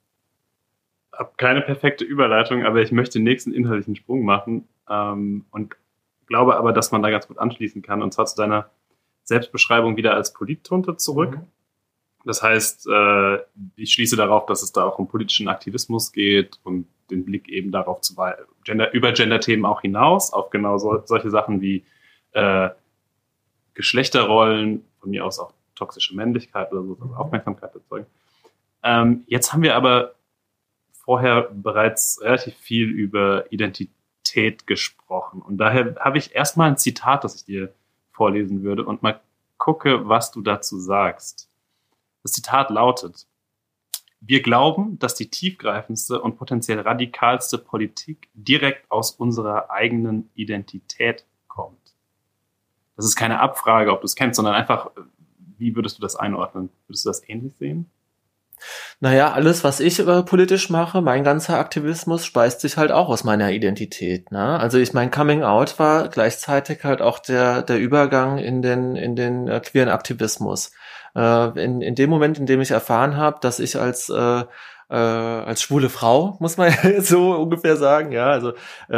Speaker 1: habe keine perfekte Überleitung, aber ich möchte den nächsten inhaltlichen Sprung machen und glaube aber, dass man da ganz gut anschließen kann, und zwar zu deiner Selbstbeschreibung wieder als Polittunte zurück. Mhm. Das heißt, ich schließe darauf, dass es da auch um politischen Aktivismus geht und den Blick eben darauf über Gender-Themen auch hinaus, auf genau solche Sachen wie Geschlechterrollen, von mir aus auch toxische Männlichkeit oder so, also Aufmerksamkeit erzeugen. Jetzt haben wir aber vorher bereits relativ viel über Identität gesprochen. Und daher habe ich erstmal ein Zitat, das ich dir vorlesen würde und mal gucke, was du dazu sagst. Das Zitat lautet: Wir glauben, dass die tiefgreifendste und potenziell radikalste Politik direkt aus unserer eigenen Identität kommt. Das ist keine Abfrage, ob du es kennst, sondern einfach, wie würdest du das einordnen? Würdest du das ähnlich sehen?
Speaker 3: Naja, alles, was ich politisch mache, mein ganzer Aktivismus speist sich halt auch aus meiner Identität. Ne? Also mein Coming Out war gleichzeitig halt auch der Übergang in den queeren Aktivismus. In dem Moment, in dem ich erfahren habe, dass ich als schwule Frau, muss man so ungefähr sagen, ja, also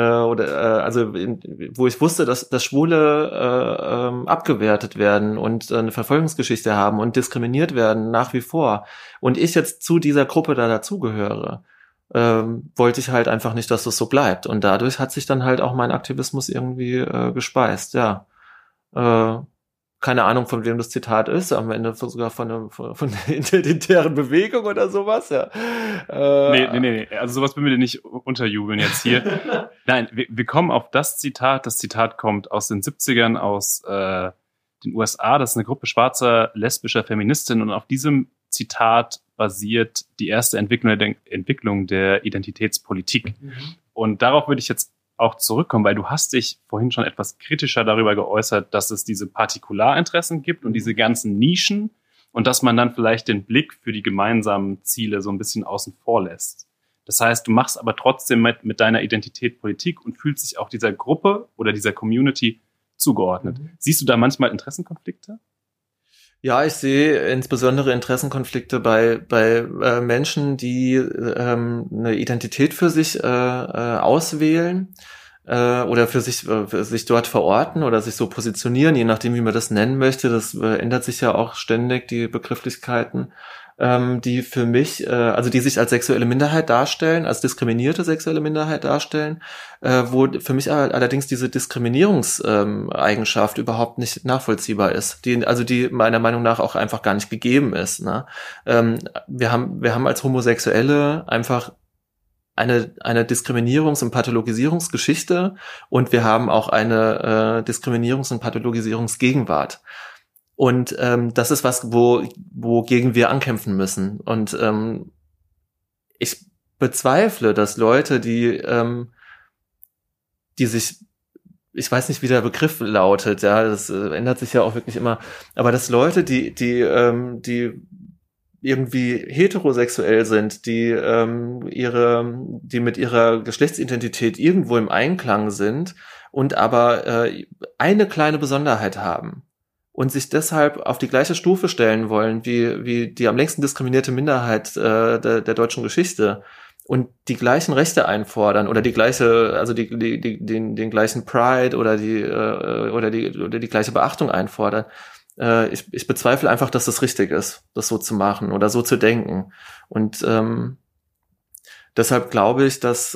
Speaker 3: wo ich wusste, dass Schwule abgewertet werden und eine Verfolgungsgeschichte haben und diskriminiert werden nach wie vor und ich jetzt zu dieser Gruppe da dazugehöre, wollte ich halt einfach nicht, dass das so bleibt und dadurch hat sich dann halt auch mein Aktivismus irgendwie gespeist, ja. Keine Ahnung, von wem das Zitat ist, am Ende sogar von der identitären Bewegung oder sowas, ja.
Speaker 1: Nee. Also sowas würden wir dir nicht unterjubeln jetzt hier. Nein, wir kommen auf das Zitat. Das Zitat kommt aus den 70ern aus den USA. Das ist eine Gruppe schwarzer, lesbischer Feministinnen und auf diesem Zitat basiert die erste Entwicklung der Identitätspolitik. Mhm. Und darauf würde ich jetzt auch zurückkommen, weil du hast dich vorhin schon etwas kritischer darüber geäußert, dass es diese Partikularinteressen gibt und diese ganzen Nischen und dass man dann vielleicht den Blick für die gemeinsamen Ziele so ein bisschen außen vor lässt. Das heißt, du machst aber trotzdem mit deiner Identität Politik und fühlst dich auch dieser Gruppe oder dieser Community zugeordnet. Mhm. Siehst du da manchmal Interessenkonflikte?
Speaker 3: Ja, ich sehe insbesondere Interessenkonflikte bei Menschen, die eine Identität für sich auswählen oder für sich dort verorten oder sich so positionieren, je nachdem, wie man das nennen möchte. Das ändert sich ja auch ständig, die Begrifflichkeiten, die für mich, also die sich als sexuelle Minderheit darstellen, als diskriminierte sexuelle Minderheit darstellen, wo für mich allerdings diese Diskriminierungseigenschaft überhaupt nicht nachvollziehbar ist, die meiner Meinung nach auch einfach gar nicht gegeben ist. Ne? Wir haben als Homosexuelle einfach eine Diskriminierungs- und Pathologisierungsgeschichte und wir haben auch eine Diskriminierungs- und Pathologisierungsgegenwart. Und das ist was, wogegen wir ankämpfen müssen. Und ich bezweifle, dass Leute, die sich, ich weiß nicht, wie der Begriff lautet, ja, das ändert sich ja auch wirklich immer, aber dass Leute, die irgendwie heterosexuell sind, die mit ihrer Geschlechtsidentität irgendwo im Einklang sind und aber eine kleine Besonderheit haben und sich deshalb auf die gleiche Stufe stellen wollen wie die am längsten diskriminierte Minderheit der deutschen Geschichte und die gleichen Rechte einfordern oder die gleiche, also den gleichen Pride oder die gleiche Beachtung einfordern. Ich bezweifle einfach, dass das richtig ist, das so zu machen oder so zu denken. Und deshalb glaube ich, dass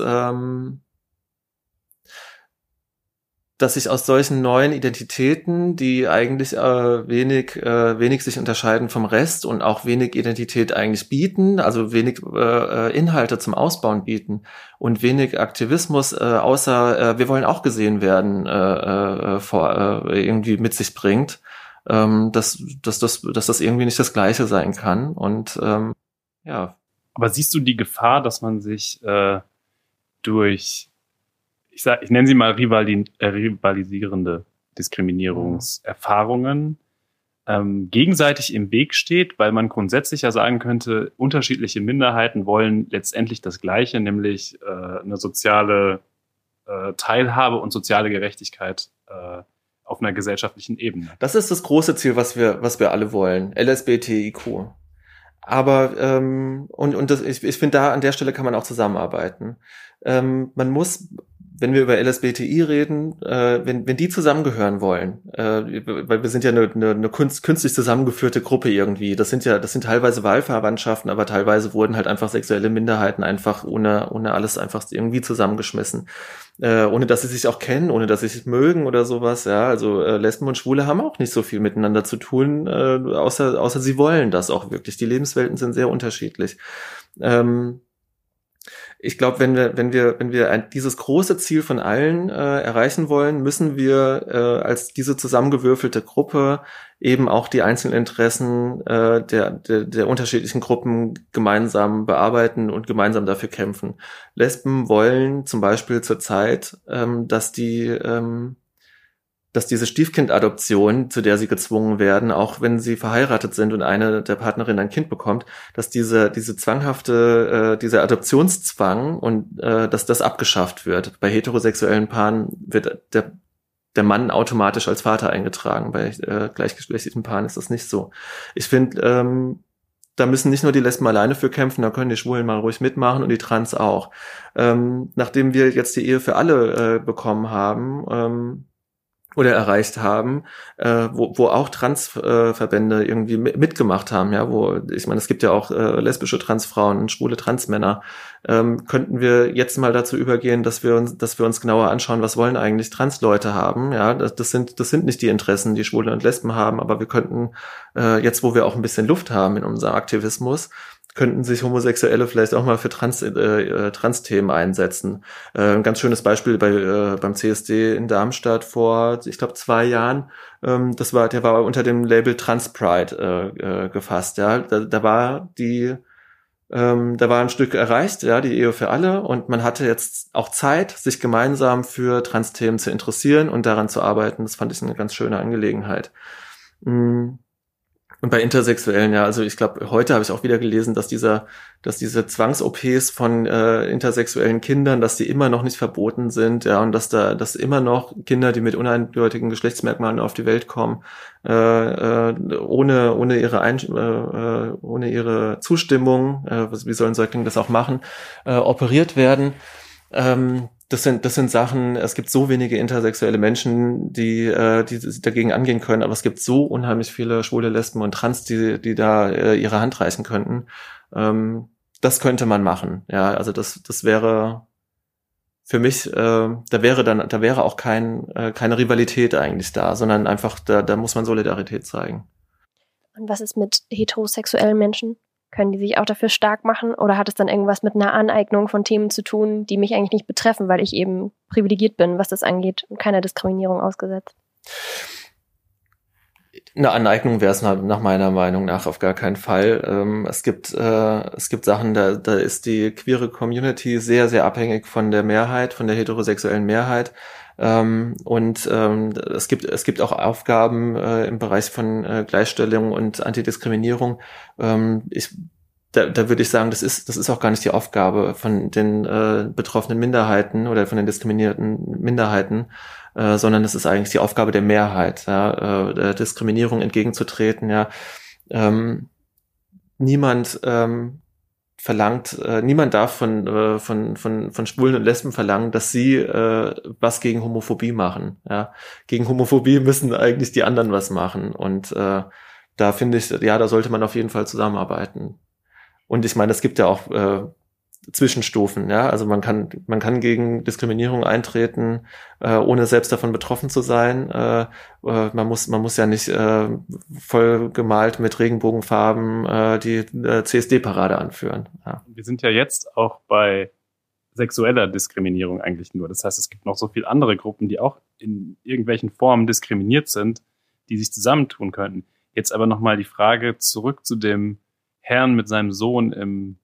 Speaker 3: sich aus solchen neuen Identitäten, die eigentlich wenig sich unterscheiden vom Rest und auch wenig Identität eigentlich bieten, also wenig Inhalte zum Ausbauen bieten und wenig Aktivismus, außer wir wollen auch gesehen werden, irgendwie mit sich bringt, dass das irgendwie nicht das Gleiche sein kann. Und ja.
Speaker 1: Aber siehst du die Gefahr, dass man sich durch ich nenne sie mal rivalisierende Diskriminierungserfahrungen gegenseitig im Weg steht, weil man grundsätzlich ja sagen könnte, unterschiedliche Minderheiten wollen letztendlich das Gleiche, nämlich eine soziale Teilhabe und soziale Gerechtigkeit auf einer gesellschaftlichen Ebene.
Speaker 3: Das ist das große Ziel, was wir alle wollen, LSBTIQ. Aber ich finde, da an der Stelle kann man auch zusammenarbeiten. Man muss wenn wir über LSBTI reden, wenn die zusammengehören wollen, weil wir sind ja eine künstlich zusammengeführte Gruppe irgendwie. Das sind teilweise Wahlverwandtschaften, aber teilweise wurden halt einfach sexuelle Minderheiten einfach ohne alles einfach irgendwie zusammengeschmissen. Ohne dass sie sich auch kennen, ohne dass sie sich mögen oder sowas, ja. Also Lesben und Schwule haben auch nicht so viel miteinander zu tun, außer sie wollen das auch wirklich. Die Lebenswelten sind sehr unterschiedlich. Ich glaube, wenn wir dieses große Ziel von allen erreichen wollen, müssen wir als diese zusammengewürfelte Gruppe eben auch die einzelnen Interessen der unterschiedlichen Gruppen gemeinsam bearbeiten und gemeinsam dafür kämpfen. Lesben wollen zum Beispiel zurzeit, dass diese Stiefkindadoption, zu der sie gezwungen werden, auch wenn sie verheiratet sind und eine der Partnerinnen ein Kind bekommt, dass dieser Adoptionszwang und dass das abgeschafft wird. Bei heterosexuellen Paaren wird der Mann automatisch als Vater eingetragen. Bei gleichgeschlechtlichen Paaren ist das nicht so. Ich finde, da müssen nicht nur die Lesben alleine für kämpfen, da können die Schwulen mal ruhig mitmachen und die Trans auch. Nachdem wir jetzt die Ehe für alle bekommen haben, oder erreicht haben, wo auch Transverbände irgendwie mitgemacht haben, ja, ich meine, es gibt ja auch lesbische Transfrauen und schwule Transmänner, könnten wir jetzt mal dazu übergehen, dass wir uns genauer anschauen, was wollen eigentlich Transleute haben, ja, das sind nicht die Interessen, die Schwule und Lesben haben, aber wir könnten jetzt, wo wir auch ein bisschen Luft haben in unserem Aktivismus, könnten sich Homosexuelle vielleicht auch mal für Trans-Themen einsetzen. Ein ganz schönes Beispiel beim CSD in Darmstadt vor, ich glaube, 2 Jahren. Der war unter dem Label Trans Pride gefasst. Ja, da war ein Stück erreicht, ja, die Ehe für alle, und man hatte jetzt auch Zeit, sich gemeinsam für Trans-Themen zu interessieren und daran zu arbeiten. Das fand ich eine ganz schöne Angelegenheit. Und bei Intersexuellen, ja, also ich glaube, heute habe ich auch wieder gelesen, dass diese Zwangs-OPs von intersexuellen Kindern, dass die immer noch nicht verboten sind, ja, und dass immer noch Kinder, die mit uneindeutigen Geschlechtsmerkmalen auf die Welt kommen, ohne ihre Zustimmung, wie sollen Säuglinge das auch machen, operiert werden. Das sind Sachen, es gibt so wenige intersexuelle Menschen, die dagegen angehen können, aber es gibt so unheimlich viele schwule Lesben und Trans, die da ihre Hand reichen könnten. Das könnte man machen. Ja, also das wäre für mich, da wäre auch keine Rivalität eigentlich da, sondern einfach, da muss man Solidarität zeigen.
Speaker 2: Und was ist mit heterosexuellen Menschen? Können die sich auch dafür stark machen, oder hat es dann irgendwas mit einer Aneignung von Themen zu tun, die mich eigentlich nicht betreffen, weil ich eben privilegiert bin, was das angeht und keiner Diskriminierung ausgesetzt?
Speaker 3: Eine Aneignung wäre es nach meiner Meinung nach auf gar keinen Fall. Es gibt Sachen, da ist die queere Community sehr, sehr abhängig von der Mehrheit, von der heterosexuellen Mehrheit. Es gibt auch Aufgaben im Bereich von Gleichstellung und Antidiskriminierung. Da würde ich sagen, das ist auch gar nicht die Aufgabe von den betroffenen Minderheiten oder von den diskriminierten Minderheiten, sondern es ist eigentlich die Aufgabe der Mehrheit, ja, der Diskriminierung entgegenzutreten. Ja, niemand darf von Schwulen und Lesben verlangen, dass sie was gegen Homophobie machen. Ja, gegen Homophobie müssen eigentlich die anderen was machen, und da finde ich, ja, da sollte man auf jeden Fall zusammenarbeiten. Und ich meine, es gibt ja auch Zwischenstufen, ja, also man kann gegen Diskriminierung eintreten, ohne selbst davon betroffen zu sein. Man muss ja nicht voll gemalt mit Regenbogenfarben die CSD-Parade anführen. Ja.
Speaker 1: Wir sind ja jetzt auch bei sexueller Diskriminierung eigentlich nur. Das heißt, es gibt noch so viele andere Gruppen, die auch in irgendwelchen Formen diskriminiert sind, die sich zusammentun könnten. Jetzt aber nochmal die Frage zurück zu dem Herrn mit seinem Sohn im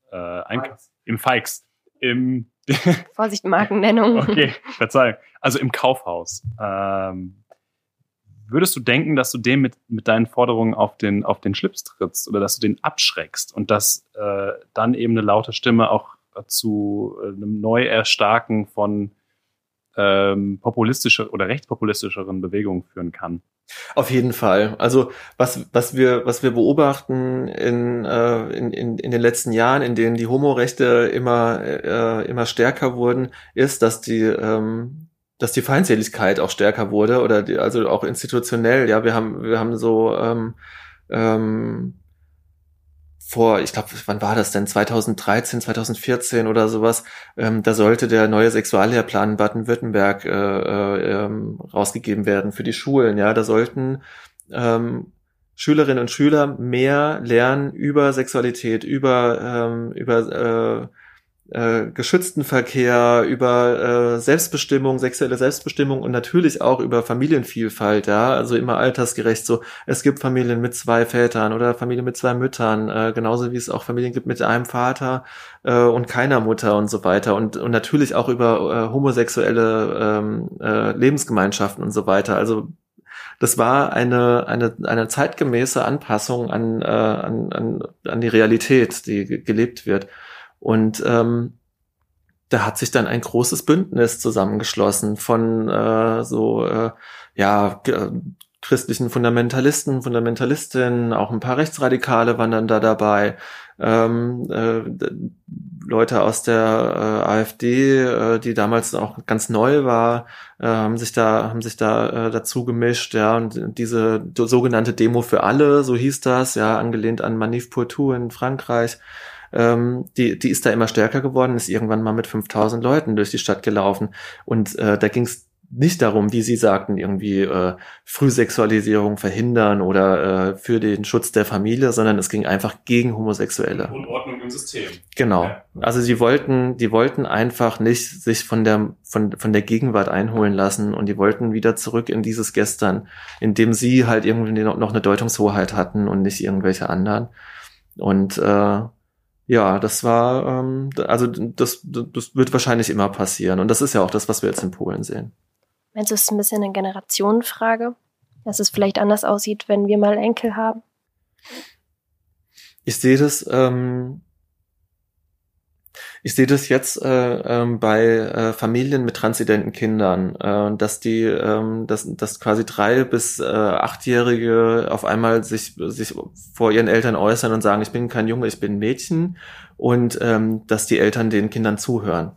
Speaker 1: Feix.
Speaker 2: Vorsicht, Markennennung.
Speaker 1: Okay, Verzeihung. Also im Kaufhaus. Würdest du denken, dass du dem mit deinen Forderungen auf den Schlips trittst oder dass du den abschreckst und dass dann eben eine laute Stimme auch zu einem Neuerstarken von populistische oder rechtspopulistischeren Bewegungen führen kann.
Speaker 3: Auf jeden Fall. Also was wir beobachten in den letzten Jahren, in denen die Homo-Rechte immer stärker wurden, ist, dass die Feindseligkeit auch stärker wurde oder also auch institutionell. Ja, wir haben so vor, ich glaube, wann war das denn? 2013, 2014 oder sowas. Da sollte der neue Sexuallehrplan in Baden-Württemberg rausgegeben werden für die Schulen. Ja, da sollten Schülerinnen und Schüler mehr lernen über Sexualität, über geschützten Verkehr, über Selbstbestimmung, sexuelle Selbstbestimmung und natürlich auch über Familienvielfalt, ja, also immer altersgerecht so. Es gibt Familien mit 2 Vätern oder Familien mit 2 Müttern, genauso wie es auch Familien gibt mit einem Vater und keiner Mutter und so weiter und natürlich auch über homosexuelle Lebensgemeinschaften und so weiter. Also das war eine zeitgemäße Anpassung an die Realität, die gelebt wird. Und da hat sich dann ein großes Bündnis zusammengeschlossen von christlichen Fundamentalisten, Fundamentalistinnen, auch ein paar Rechtsradikale waren dann da dabei, Leute aus der AfD, die damals auch ganz neu war, haben sich da dazu gemischt, ja, und diese sogenannte Demo für alle, so hieß das, ja, angelehnt an Manif pour tous in Frankreich. Die ist da immer stärker geworden, ist irgendwann mal mit 5000 Leuten durch die Stadt gelaufen. Und da ging es nicht darum, wie Sie sagten, irgendwie Frühsexualisierung verhindern oder für den Schutz der Familie, sondern es ging einfach gegen Homosexuelle.
Speaker 1: Unordnung im System.
Speaker 3: Genau.
Speaker 1: Ja.
Speaker 3: Also die wollten einfach nicht sich von der Gegenwart einholen lassen und die wollten wieder zurück in dieses Gestern, in dem sie halt irgendwie noch eine Deutungshoheit hatten und nicht irgendwelche anderen. Und ja, das war, also das wird wahrscheinlich immer passieren. Und das ist ja auch das, was wir jetzt in Polen sehen.
Speaker 2: Meinst du, es ist ein bisschen eine Generationenfrage? Dass es vielleicht anders aussieht, wenn wir mal Enkel haben?
Speaker 3: Ich sehe das jetzt bei Familien mit transidenten Kindern, dass dass quasi 3- bis 8-Jährige auf einmal sich vor ihren Eltern äußern und sagen, ich bin kein Junge, ich bin ein Mädchen, und dass die Eltern den Kindern zuhören.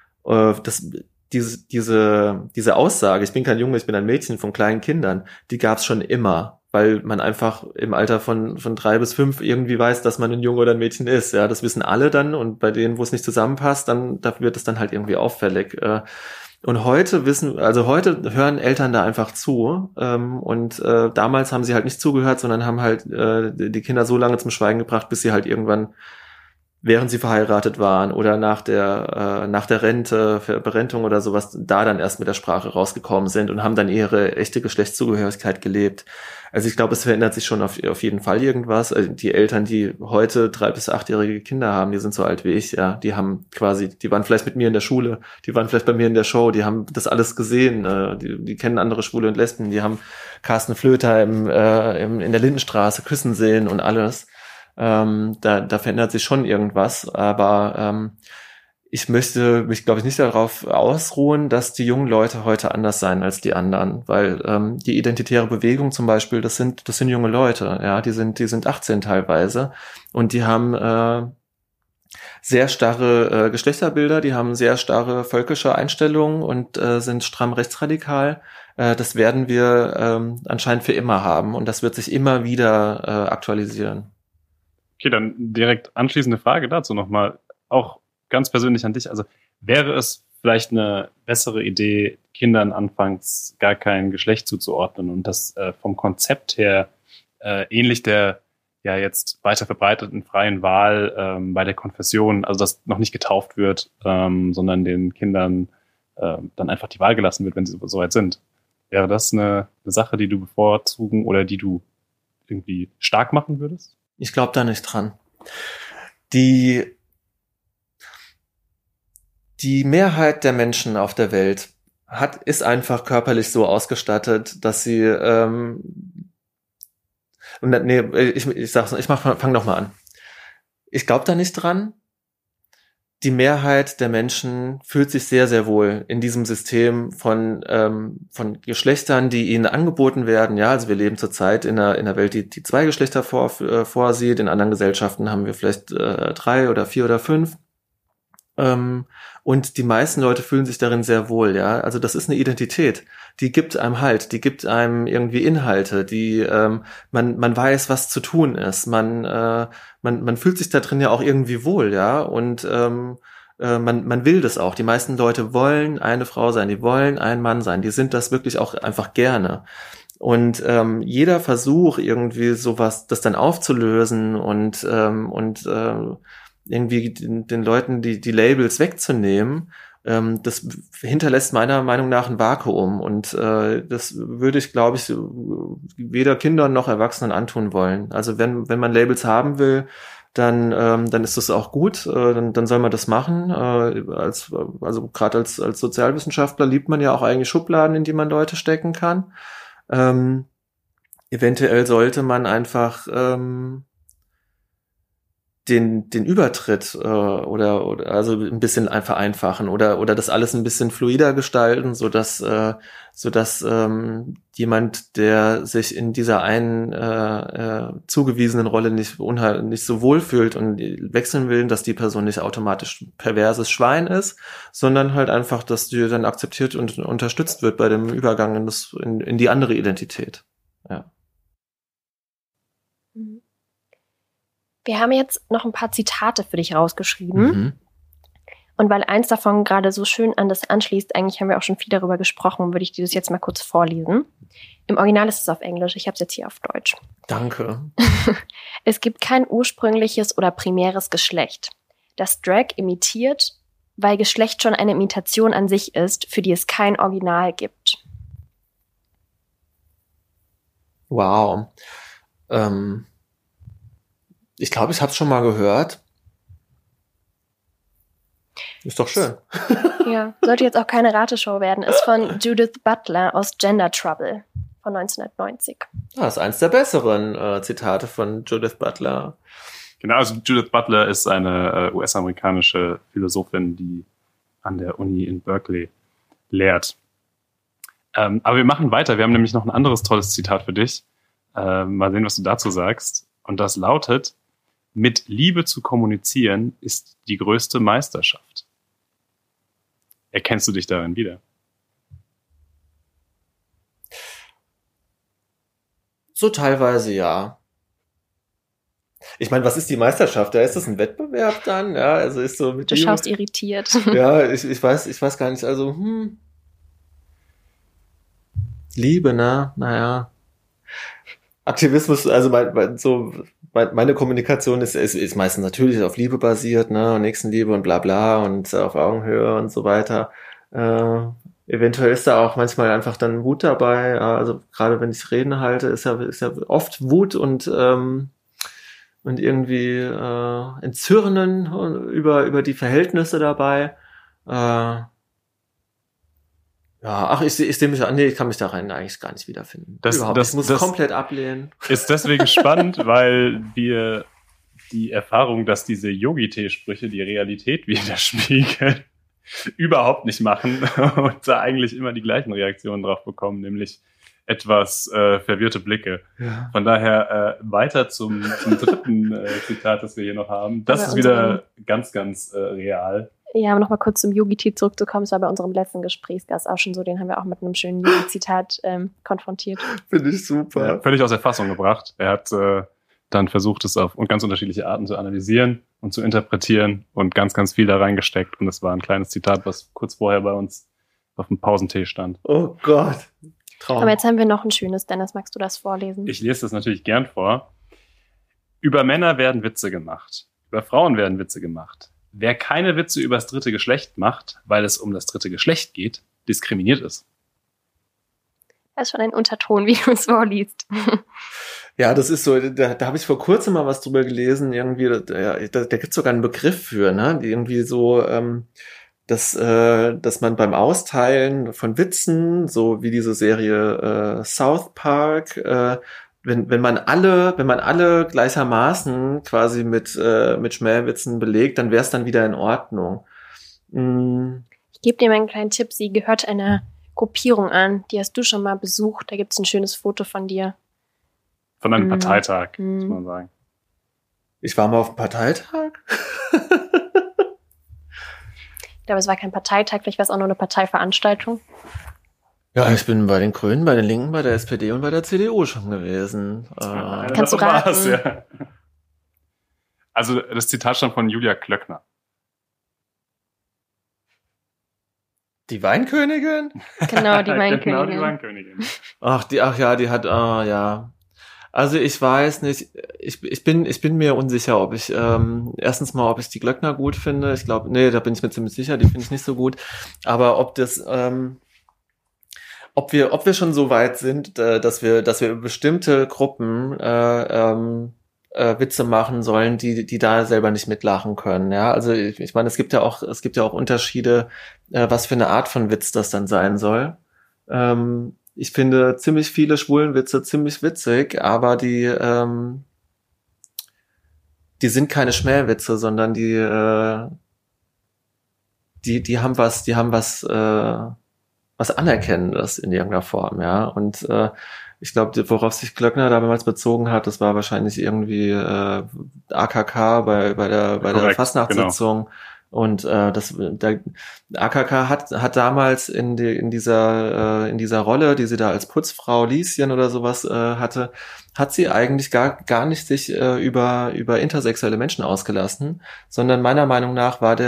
Speaker 3: Diese Aussage, ich bin kein Junge, ich bin ein Mädchen, von kleinen Kindern, die gab es schon immer, weil man einfach im Alter von 3 bis 5 irgendwie weiß, dass man ein Junge oder ein Mädchen ist. Ja, das wissen alle dann, und bei denen, wo es nicht zusammenpasst, da wird es dann halt irgendwie auffällig. Und heute hören Eltern da einfach zu, und damals haben sie halt nicht zugehört, sondern haben halt die Kinder so lange zum Schweigen gebracht, bis sie halt irgendwann, während sie verheiratet waren oder nach der Rente, Berentung oder sowas, da dann erst mit der Sprache rausgekommen sind und haben dann ihre echte Geschlechtszugehörigkeit gelebt. Also ich glaube, es verändert sich schon auf jeden Fall irgendwas. Also die Eltern, die heute 3- bis 8-jährige Kinder haben, die sind so alt wie ich, ja, die waren vielleicht mit mir in der Schule, die waren vielleicht bei mir in der Show, die haben das alles gesehen, die kennen andere Schwule und Lesben, die haben Carsten Flöter in der Lindenstraße küssen sehen und alles. Da verändert sich schon irgendwas, aber ich möchte mich, glaube ich, nicht darauf ausruhen, dass die jungen Leute heute anders seien als die anderen, weil die identitäre Bewegung zum Beispiel, das sind junge Leute, ja, die sind 18 teilweise, und die haben sehr starre Geschlechterbilder, die haben sehr starre völkische Einstellungen und sind stramm rechtsradikal. Das werden wir anscheinend für immer haben, und das wird sich immer wieder aktualisieren.
Speaker 1: Okay, dann direkt anschließende Frage dazu nochmal, auch ganz persönlich an dich. Also wäre es vielleicht eine bessere Idee, Kindern anfangs gar kein Geschlecht zuzuordnen und das vom Konzept her ähnlich der ja jetzt weiter verbreiteten freien Wahl bei der Konfession, also dass noch nicht getauft wird, sondern den Kindern dann einfach die Wahl gelassen wird, wenn sie soweit sind. Wäre das eine Sache, die du bevorzugen oder die du irgendwie stark machen würdest?
Speaker 3: Ich glaube da nicht dran. Die Mehrheit der Menschen auf der Welt ist einfach körperlich so ausgestattet, dass sie fang doch mal an. Ich glaube da nicht dran, die Mehrheit der Menschen fühlt sich sehr, sehr wohl in diesem System von Geschlechtern, die ihnen angeboten werden. Ja, also wir leben zurzeit in einer Welt, die zwei Geschlechter vorsieht. In anderen Gesellschaften haben wir vielleicht 3 oder 4 oder 5. Und die meisten Leute fühlen sich darin sehr wohl. Ja, also das ist eine Identität. Die gibt einem Halt, die gibt einem irgendwie Inhalte, die man weiß, was zu tun ist. Man fühlt sich da drin ja auch irgendwie wohl, ja, und man will das auch. Die meisten Leute wollen eine Frau sein, die wollen ein Mann sein, die sind das wirklich auch einfach gerne. Und jeder Versuch, irgendwie sowas, das dann aufzulösen und irgendwie den Leuten die Labels wegzunehmen, das hinterlässt meiner Meinung nach ein Vakuum. Und das würde ich, glaube ich, weder Kindern noch Erwachsenen antun wollen. Also wenn man Labels haben will, dann ist das auch gut, dann soll man das machen. Also gerade als Sozialwissenschaftler liebt man ja auch eigentlich Schubladen, in die man Leute stecken kann. Eventuell sollte man einfach den Übertritt oder also ein bisschen vereinfachen oder das alles ein bisschen fluider gestalten, sodass jemand, der sich in dieser einen zugewiesenen Rolle nicht so wohl fühlt und wechseln will, dass die Person nicht automatisch ein perverses Schwein ist, sondern halt einfach, dass die dann akzeptiert und unterstützt wird bei dem Übergang in die andere Identität. Ja.
Speaker 2: Wir haben jetzt noch ein paar Zitate für dich rausgeschrieben. Und weil eins davon gerade so schön an das anschließt, eigentlich haben wir auch schon viel darüber gesprochen, würde ich dir das jetzt mal kurz vorlesen. Im Original ist es auf Englisch, ich habe es jetzt hier auf Deutsch.
Speaker 3: Danke.
Speaker 2: Es gibt kein ursprüngliches oder primäres Geschlecht. Das Drag imitiert, weil Geschlecht schon eine Imitation an sich ist, für die es kein Original gibt.
Speaker 3: Wow. Ich glaube, ich habe es schon mal gehört. Ist doch schön.
Speaker 2: Ja, sollte jetzt auch keine Rateshow werden. Ist von Judith Butler aus Gender Trouble von 1990.
Speaker 3: Das ist eins der besseren Zitate von Judith Butler.
Speaker 1: Genau, also Judith Butler ist eine US-amerikanische Philosophin, die an der Uni in Berkeley lehrt. Aber wir machen weiter. Wir haben nämlich noch ein anderes tolles Zitat für dich. Mal sehen, was du dazu sagst. Und das lautet: Mit Liebe zu kommunizieren ist die größte Meisterschaft. Erkennst du dich darin wieder?
Speaker 3: So teilweise ja. Ich meine, was ist die Meisterschaft? Da ist das ein Wettbewerb dann? Ja, also ist so mit
Speaker 2: Du schaust irritiert.
Speaker 3: Ja, ich weiß gar nicht. Also Liebe, ne? Naja. Aktivismus, also meine Kommunikation ist meistens natürlich auf Liebe basiert, ne, und Nächstenliebe und bla bla und auf Augenhöhe und so weiter. Eventuell ist da auch manchmal einfach dann Wut dabei. Also gerade wenn ich Reden halte, ist ja oft Wut und irgendwie Entzürnen über die Verhältnisse dabei. Ja, ich sehe mich an, nee, ich kann mich da rein eigentlich gar nicht wiederfinden. Ich muss es komplett ablehnen.
Speaker 1: Ist deswegen spannend, weil wir die Erfahrung, dass diese Yogi-Tee-Sprüche die Realität widerspiegeln, überhaupt nicht machen und da eigentlich immer die gleichen Reaktionen drauf bekommen, nämlich etwas verwirrte Blicke. Ja. Von daher weiter zum dritten Zitat, das wir hier noch haben. Das ist wieder ganz, ganz real.
Speaker 2: Ja, aber noch mal kurz zum Yogi-Tee zurückzukommen. Es war bei unserem letzten Gesprächsgast auch schon so. Den haben wir auch mit einem schönen Yogi-Zitat konfrontiert.
Speaker 3: Finde ich super.
Speaker 1: Ja, völlig aus der Fassung gebracht. Er hat dann versucht, es auf ganz unterschiedliche Arten zu analysieren und zu interpretieren und ganz, ganz viel da reingesteckt. Und es war ein kleines Zitat, was kurz vorher bei uns auf dem Pausentee stand.
Speaker 3: Oh Gott.
Speaker 2: Traum. Aber jetzt haben wir noch ein schönes. Dennis, magst du das vorlesen?
Speaker 1: Ich lese das natürlich gern vor. Über Männer werden Witze gemacht. Über Frauen werden Witze gemacht. Wer keine Witze über das dritte Geschlecht macht, weil es um das dritte Geschlecht geht, diskriminiert ist.
Speaker 2: Das ist schon ein Unterton, wie du es vorliest.
Speaker 3: Ja, das ist so, da habe ich vor kurzem mal was drüber gelesen, irgendwie, da gibt es sogar einen Begriff für, ne? Irgendwie so, dass man beim Austeilen von Witzen, so wie diese Serie South Park, wenn man alle gleichermaßen quasi mit Schmähwitzen belegt, dann wäre es dann wieder in Ordnung.
Speaker 2: Ich gebe dir mal einen kleinen Tipp. Sie gehört einer Gruppierung an. Die hast du schon mal besucht. Da gibt es ein schönes Foto von dir.
Speaker 1: Von einem Parteitag, muss man sagen.
Speaker 3: Ich war mal auf dem Parteitag.
Speaker 2: Ich glaube, es war kein Parteitag. Vielleicht war es auch nur eine Parteiveranstaltung.
Speaker 3: Ja, ich bin bei den Grünen, bei den Linken, bei der SPD und bei der CDU schon gewesen.
Speaker 2: Kannst du raten?
Speaker 1: Ja. Also das Zitat stammt von Julia Klöckner.
Speaker 3: Die Weinkönigin?
Speaker 2: Genau, die Weinkönigin.
Speaker 1: Genau, die Weinkönigin.
Speaker 3: Die hat, ja. Also ich weiß nicht, ich bin mir unsicher, ob ich, erstens mal, ob ich die Glöckner gut finde. Ich glaube, nee, da bin ich mir ziemlich sicher, die finde ich nicht so gut. Aber ob wir schon so weit sind, dass wir über bestimmte Gruppen Witze machen sollen, die da selber nicht mitlachen können. Ja, also ich meine, es gibt ja auch Unterschiede, was für eine Art von Witz das dann sein soll. Ich finde ziemlich viele Schwulenwitze ziemlich witzig, aber die sind keine Schmähwitze, sondern die haben was Anerkennendes in irgendeiner Form, ja. Und ich glaube, worauf sich Glöckner damals bezogen hat, das war wahrscheinlich irgendwie AKK bei der Fastnachtssitzung. Genau. Und der AKK hat damals in dieser Rolle, die sie da als Putzfrau Lieschen oder sowas hatte, hat sie eigentlich gar nicht sich über intersexuelle Menschen ausgelassen, sondern meiner Meinung nach war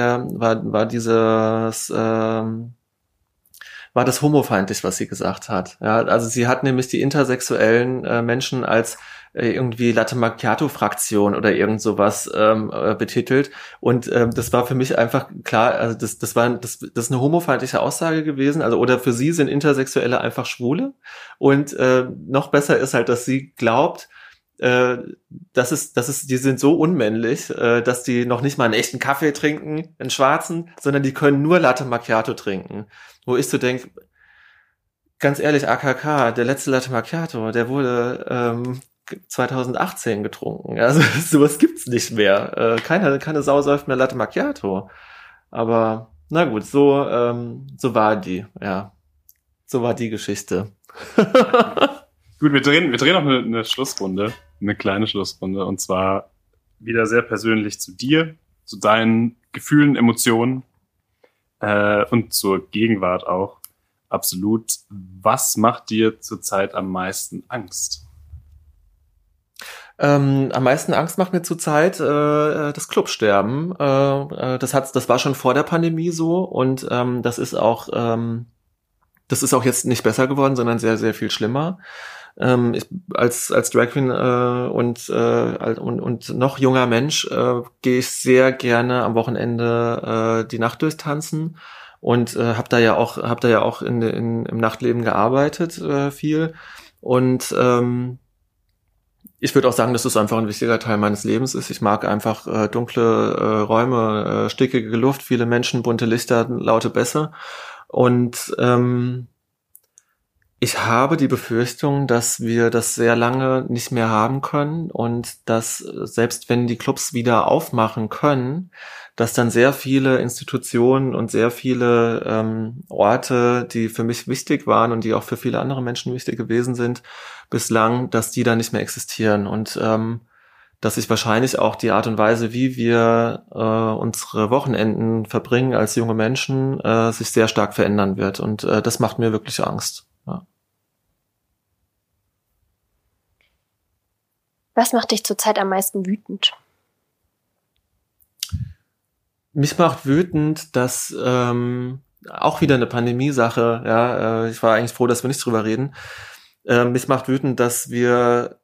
Speaker 3: das homofeindlich, was sie gesagt hat. Ja, also sie hat nämlich die intersexuellen Menschen als irgendwie Latte Macchiato-Fraktion oder irgend sowas betitelt. Und das war für mich einfach klar, also das ist eine homofeindliche Aussage gewesen. Also oder für sie sind Intersexuelle einfach Schwule. Und noch besser ist halt, dass sie glaubt, die sind so unmännlich, dass die noch nicht mal einen echten Kaffee trinken, einen schwarzen, sondern die können nur Latte Macchiato trinken. Wo ich so denke, ganz ehrlich, AKK, der letzte Latte Macchiato, der wurde 2018 getrunken. Also sowas gibt's nicht mehr. Keine Sau säuft mehr Latte Macchiato. Aber na gut, so war die, ja. So war die Geschichte.
Speaker 1: Gut, wir drehen noch eine Schlussrunde, eine kleine Schlussrunde, und zwar wieder sehr persönlich zu dir, zu deinen Gefühlen, Emotionen und zur Gegenwart auch. Absolut. Was macht dir zurzeit am meisten Angst?
Speaker 3: Am meisten Angst macht mir zurzeit das Clubsterben. Das war schon vor der Pandemie so, und das ist auch jetzt nicht besser geworden, sondern sehr, sehr viel schlimmer. Ich als Drag Queen und noch junger Mensch gehe ich sehr gerne am Wochenende die Nacht durchtanzen und habe da ja auch im Nachtleben gearbeitet viel, und ich würde auch sagen, dass das einfach ein wichtiger Teil meines Lebens ist. Ich mag einfach dunkle Räume, stickige Luft, viele Menschen, bunte Lichter, laute Bässe. Und ich habe die Befürchtung, dass wir das sehr lange nicht mehr haben können und dass selbst wenn die Clubs wieder aufmachen können, dass dann sehr viele Institutionen und sehr viele Orte, die für mich wichtig waren und die auch für viele andere Menschen wichtig gewesen sind, bislang, dass die dann nicht mehr existieren, und dass sich wahrscheinlich auch die Art und Weise, wie wir unsere Wochenenden verbringen als junge Menschen, sich sehr stark verändern wird, und das macht mir wirklich Angst. Ja.
Speaker 2: Was macht dich zurzeit am meisten wütend?
Speaker 3: Mich macht wütend, dass auch wieder eine Pandemie-Sache, ja, ich war eigentlich froh, dass wir nicht drüber reden. Mich macht wütend, dass wir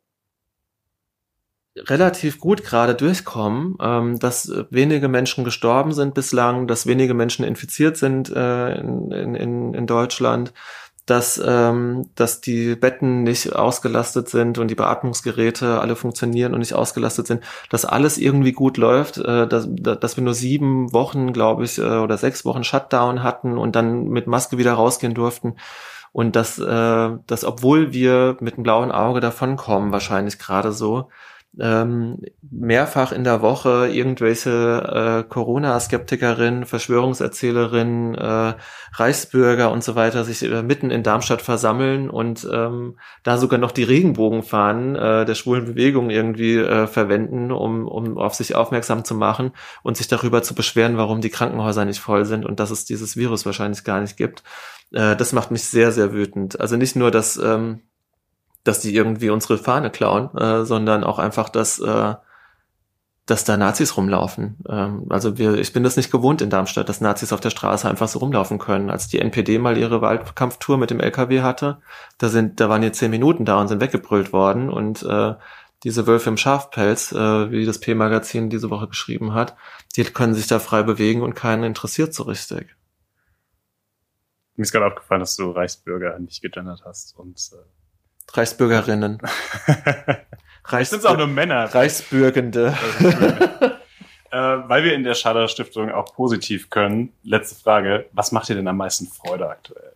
Speaker 3: relativ gut gerade durchkommen, dass wenige Menschen gestorben sind bislang, dass wenige Menschen infiziert sind in Deutschland, dass die Betten nicht ausgelastet sind und die Beatmungsgeräte alle funktionieren und nicht ausgelastet sind, dass alles irgendwie gut läuft, dass wir nur 7 Wochen, glaube ich, oder 6 Wochen Shutdown hatten und dann mit Maske wieder rausgehen durften. Und dass obwohl wir mit einem blauen Auge davonkommen, wahrscheinlich gerade so, mehrfach in der Woche irgendwelche Corona-Skeptikerinnen, Verschwörungserzählerinnen, Reichsbürger und so weiter sich mitten in Darmstadt versammeln und da sogar noch die Regenbogenfahnen der schwulen Bewegung irgendwie verwenden, um auf sich aufmerksam zu machen und sich darüber zu beschweren, warum die Krankenhäuser nicht voll sind und dass es dieses Virus wahrscheinlich gar nicht gibt. Das macht mich sehr, sehr wütend. Also nicht nur, dass die irgendwie unsere Fahne klauen, sondern auch einfach, dass da Nazis rumlaufen. Ich bin das nicht gewohnt in Darmstadt, dass Nazis auf der Straße einfach so rumlaufen können. Als die NPD mal ihre Wahlkampftour mit dem LKW hatte, da waren jetzt 10 Minuten da und sind weggebrüllt worden und diese Wölfe im Schafpelz, wie das P-Magazin diese Woche geschrieben hat, die können sich da frei bewegen und keinen interessiert so richtig.
Speaker 1: Mir ist gerade aufgefallen, dass du Reichsbürger nicht gegendert hast und
Speaker 3: Reichsbürgerinnen.
Speaker 1: Vielleicht sind es auch nur Männer.
Speaker 3: Reichsbürgende.
Speaker 1: Weil wir in der Schader Stiftung auch positiv können. Letzte Frage. Was macht dir denn am meisten Freude aktuell?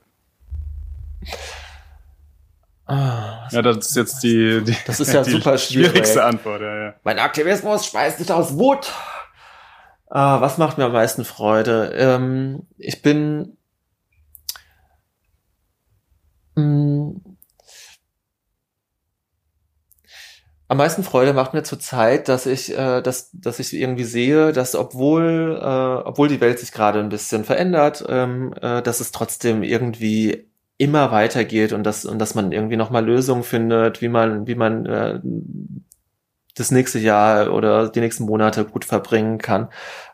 Speaker 1: Das ist jetzt
Speaker 3: das ist ja super
Speaker 1: schwierigste Antwort. Ja.
Speaker 3: Mein Aktivismus speist sich aus Wut. Was macht mir am meisten Freude? Ich bin am meisten Freude macht mir zurzeit, dass ich irgendwie sehe, dass obwohl die Welt sich gerade ein bisschen verändert, dass es trotzdem irgendwie immer weitergeht und dass man irgendwie nochmal Lösungen findet, wie man das nächste Jahr oder die nächsten Monate gut verbringen kann.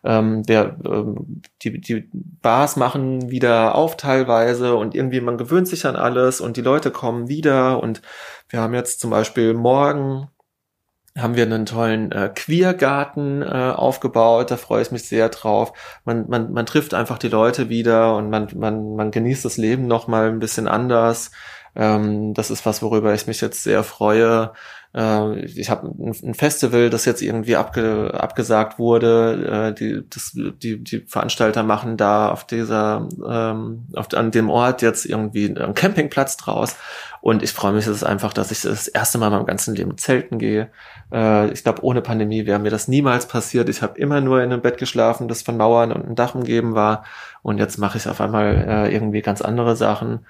Speaker 3: Die Bars machen wieder auf teilweise und irgendwie man gewöhnt sich an alles und die Leute kommen wieder und wir haben jetzt zum Beispiel morgen haben wir einen tollen Queergarten aufgebaut, da freue ich mich sehr drauf. Man trifft einfach die Leute wieder und man genießt das Leben noch mal ein bisschen anders. Das ist was, worüber ich mich jetzt sehr freue. Ich habe ein Festival, das jetzt irgendwie abgesagt wurde. Die Veranstalter machen da an dem Ort jetzt irgendwie einen Campingplatz draus. Und ich freue mich jetzt einfach, dass ich das erste Mal in meinem ganzen Leben zelten gehe. Ich glaube, ohne Pandemie wäre mir das niemals passiert. Ich habe immer nur in einem Bett geschlafen, das von Mauern und einem Dach umgeben war. Und jetzt mache ich auf einmal irgendwie ganz andere Sachen.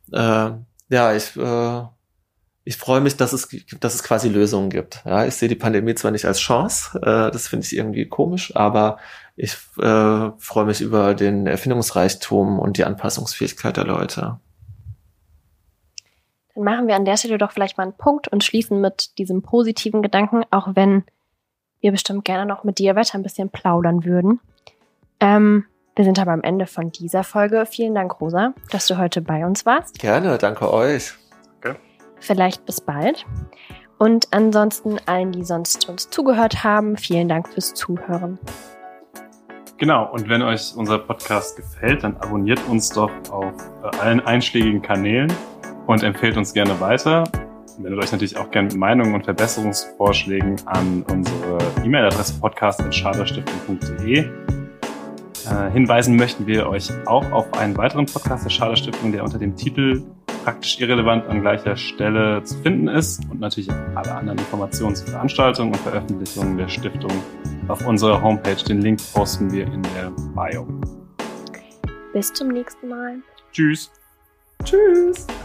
Speaker 3: Ich freue mich, dass es quasi Lösungen gibt. Ja, ich sehe die Pandemie zwar nicht als Chance, das finde ich irgendwie komisch, aber ich freue mich über den Erfindungsreichtum und die Anpassungsfähigkeit der Leute.
Speaker 2: Dann machen wir an der Stelle doch vielleicht mal einen Punkt und schließen mit diesem positiven Gedanken, auch wenn wir bestimmt gerne noch mit dir weiter ein bisschen plaudern würden. Wir sind aber am Ende von dieser Folge. Vielen Dank, Rosa, dass du heute bei uns warst.
Speaker 3: Gerne, danke euch.
Speaker 1: Okay.
Speaker 2: Vielleicht bis bald. Und ansonsten allen, die sonst uns zugehört haben, vielen Dank fürs Zuhören.
Speaker 1: Genau, und wenn euch unser Podcast gefällt, dann abonniert uns doch auf allen einschlägigen Kanälen und empfehlt uns gerne weiter. Wendet euch natürlich auch gerne mit Meinungen und Verbesserungsvorschlägen an unsere E-Mail-Adresse podcast@schaderstiftung.de. Hinweisen möchten wir euch auch auf einen weiteren Podcast der Schader Stiftung, der unter dem Titel Praktisch irrelevant an gleicher Stelle zu finden ist und natürlich auch alle anderen Informationen zu Veranstaltungen und Veröffentlichungen der Stiftung auf unserer Homepage. Den Link posten wir in der Bio.
Speaker 2: Bis zum nächsten Mal.
Speaker 1: Tschüss.
Speaker 3: Tschüss.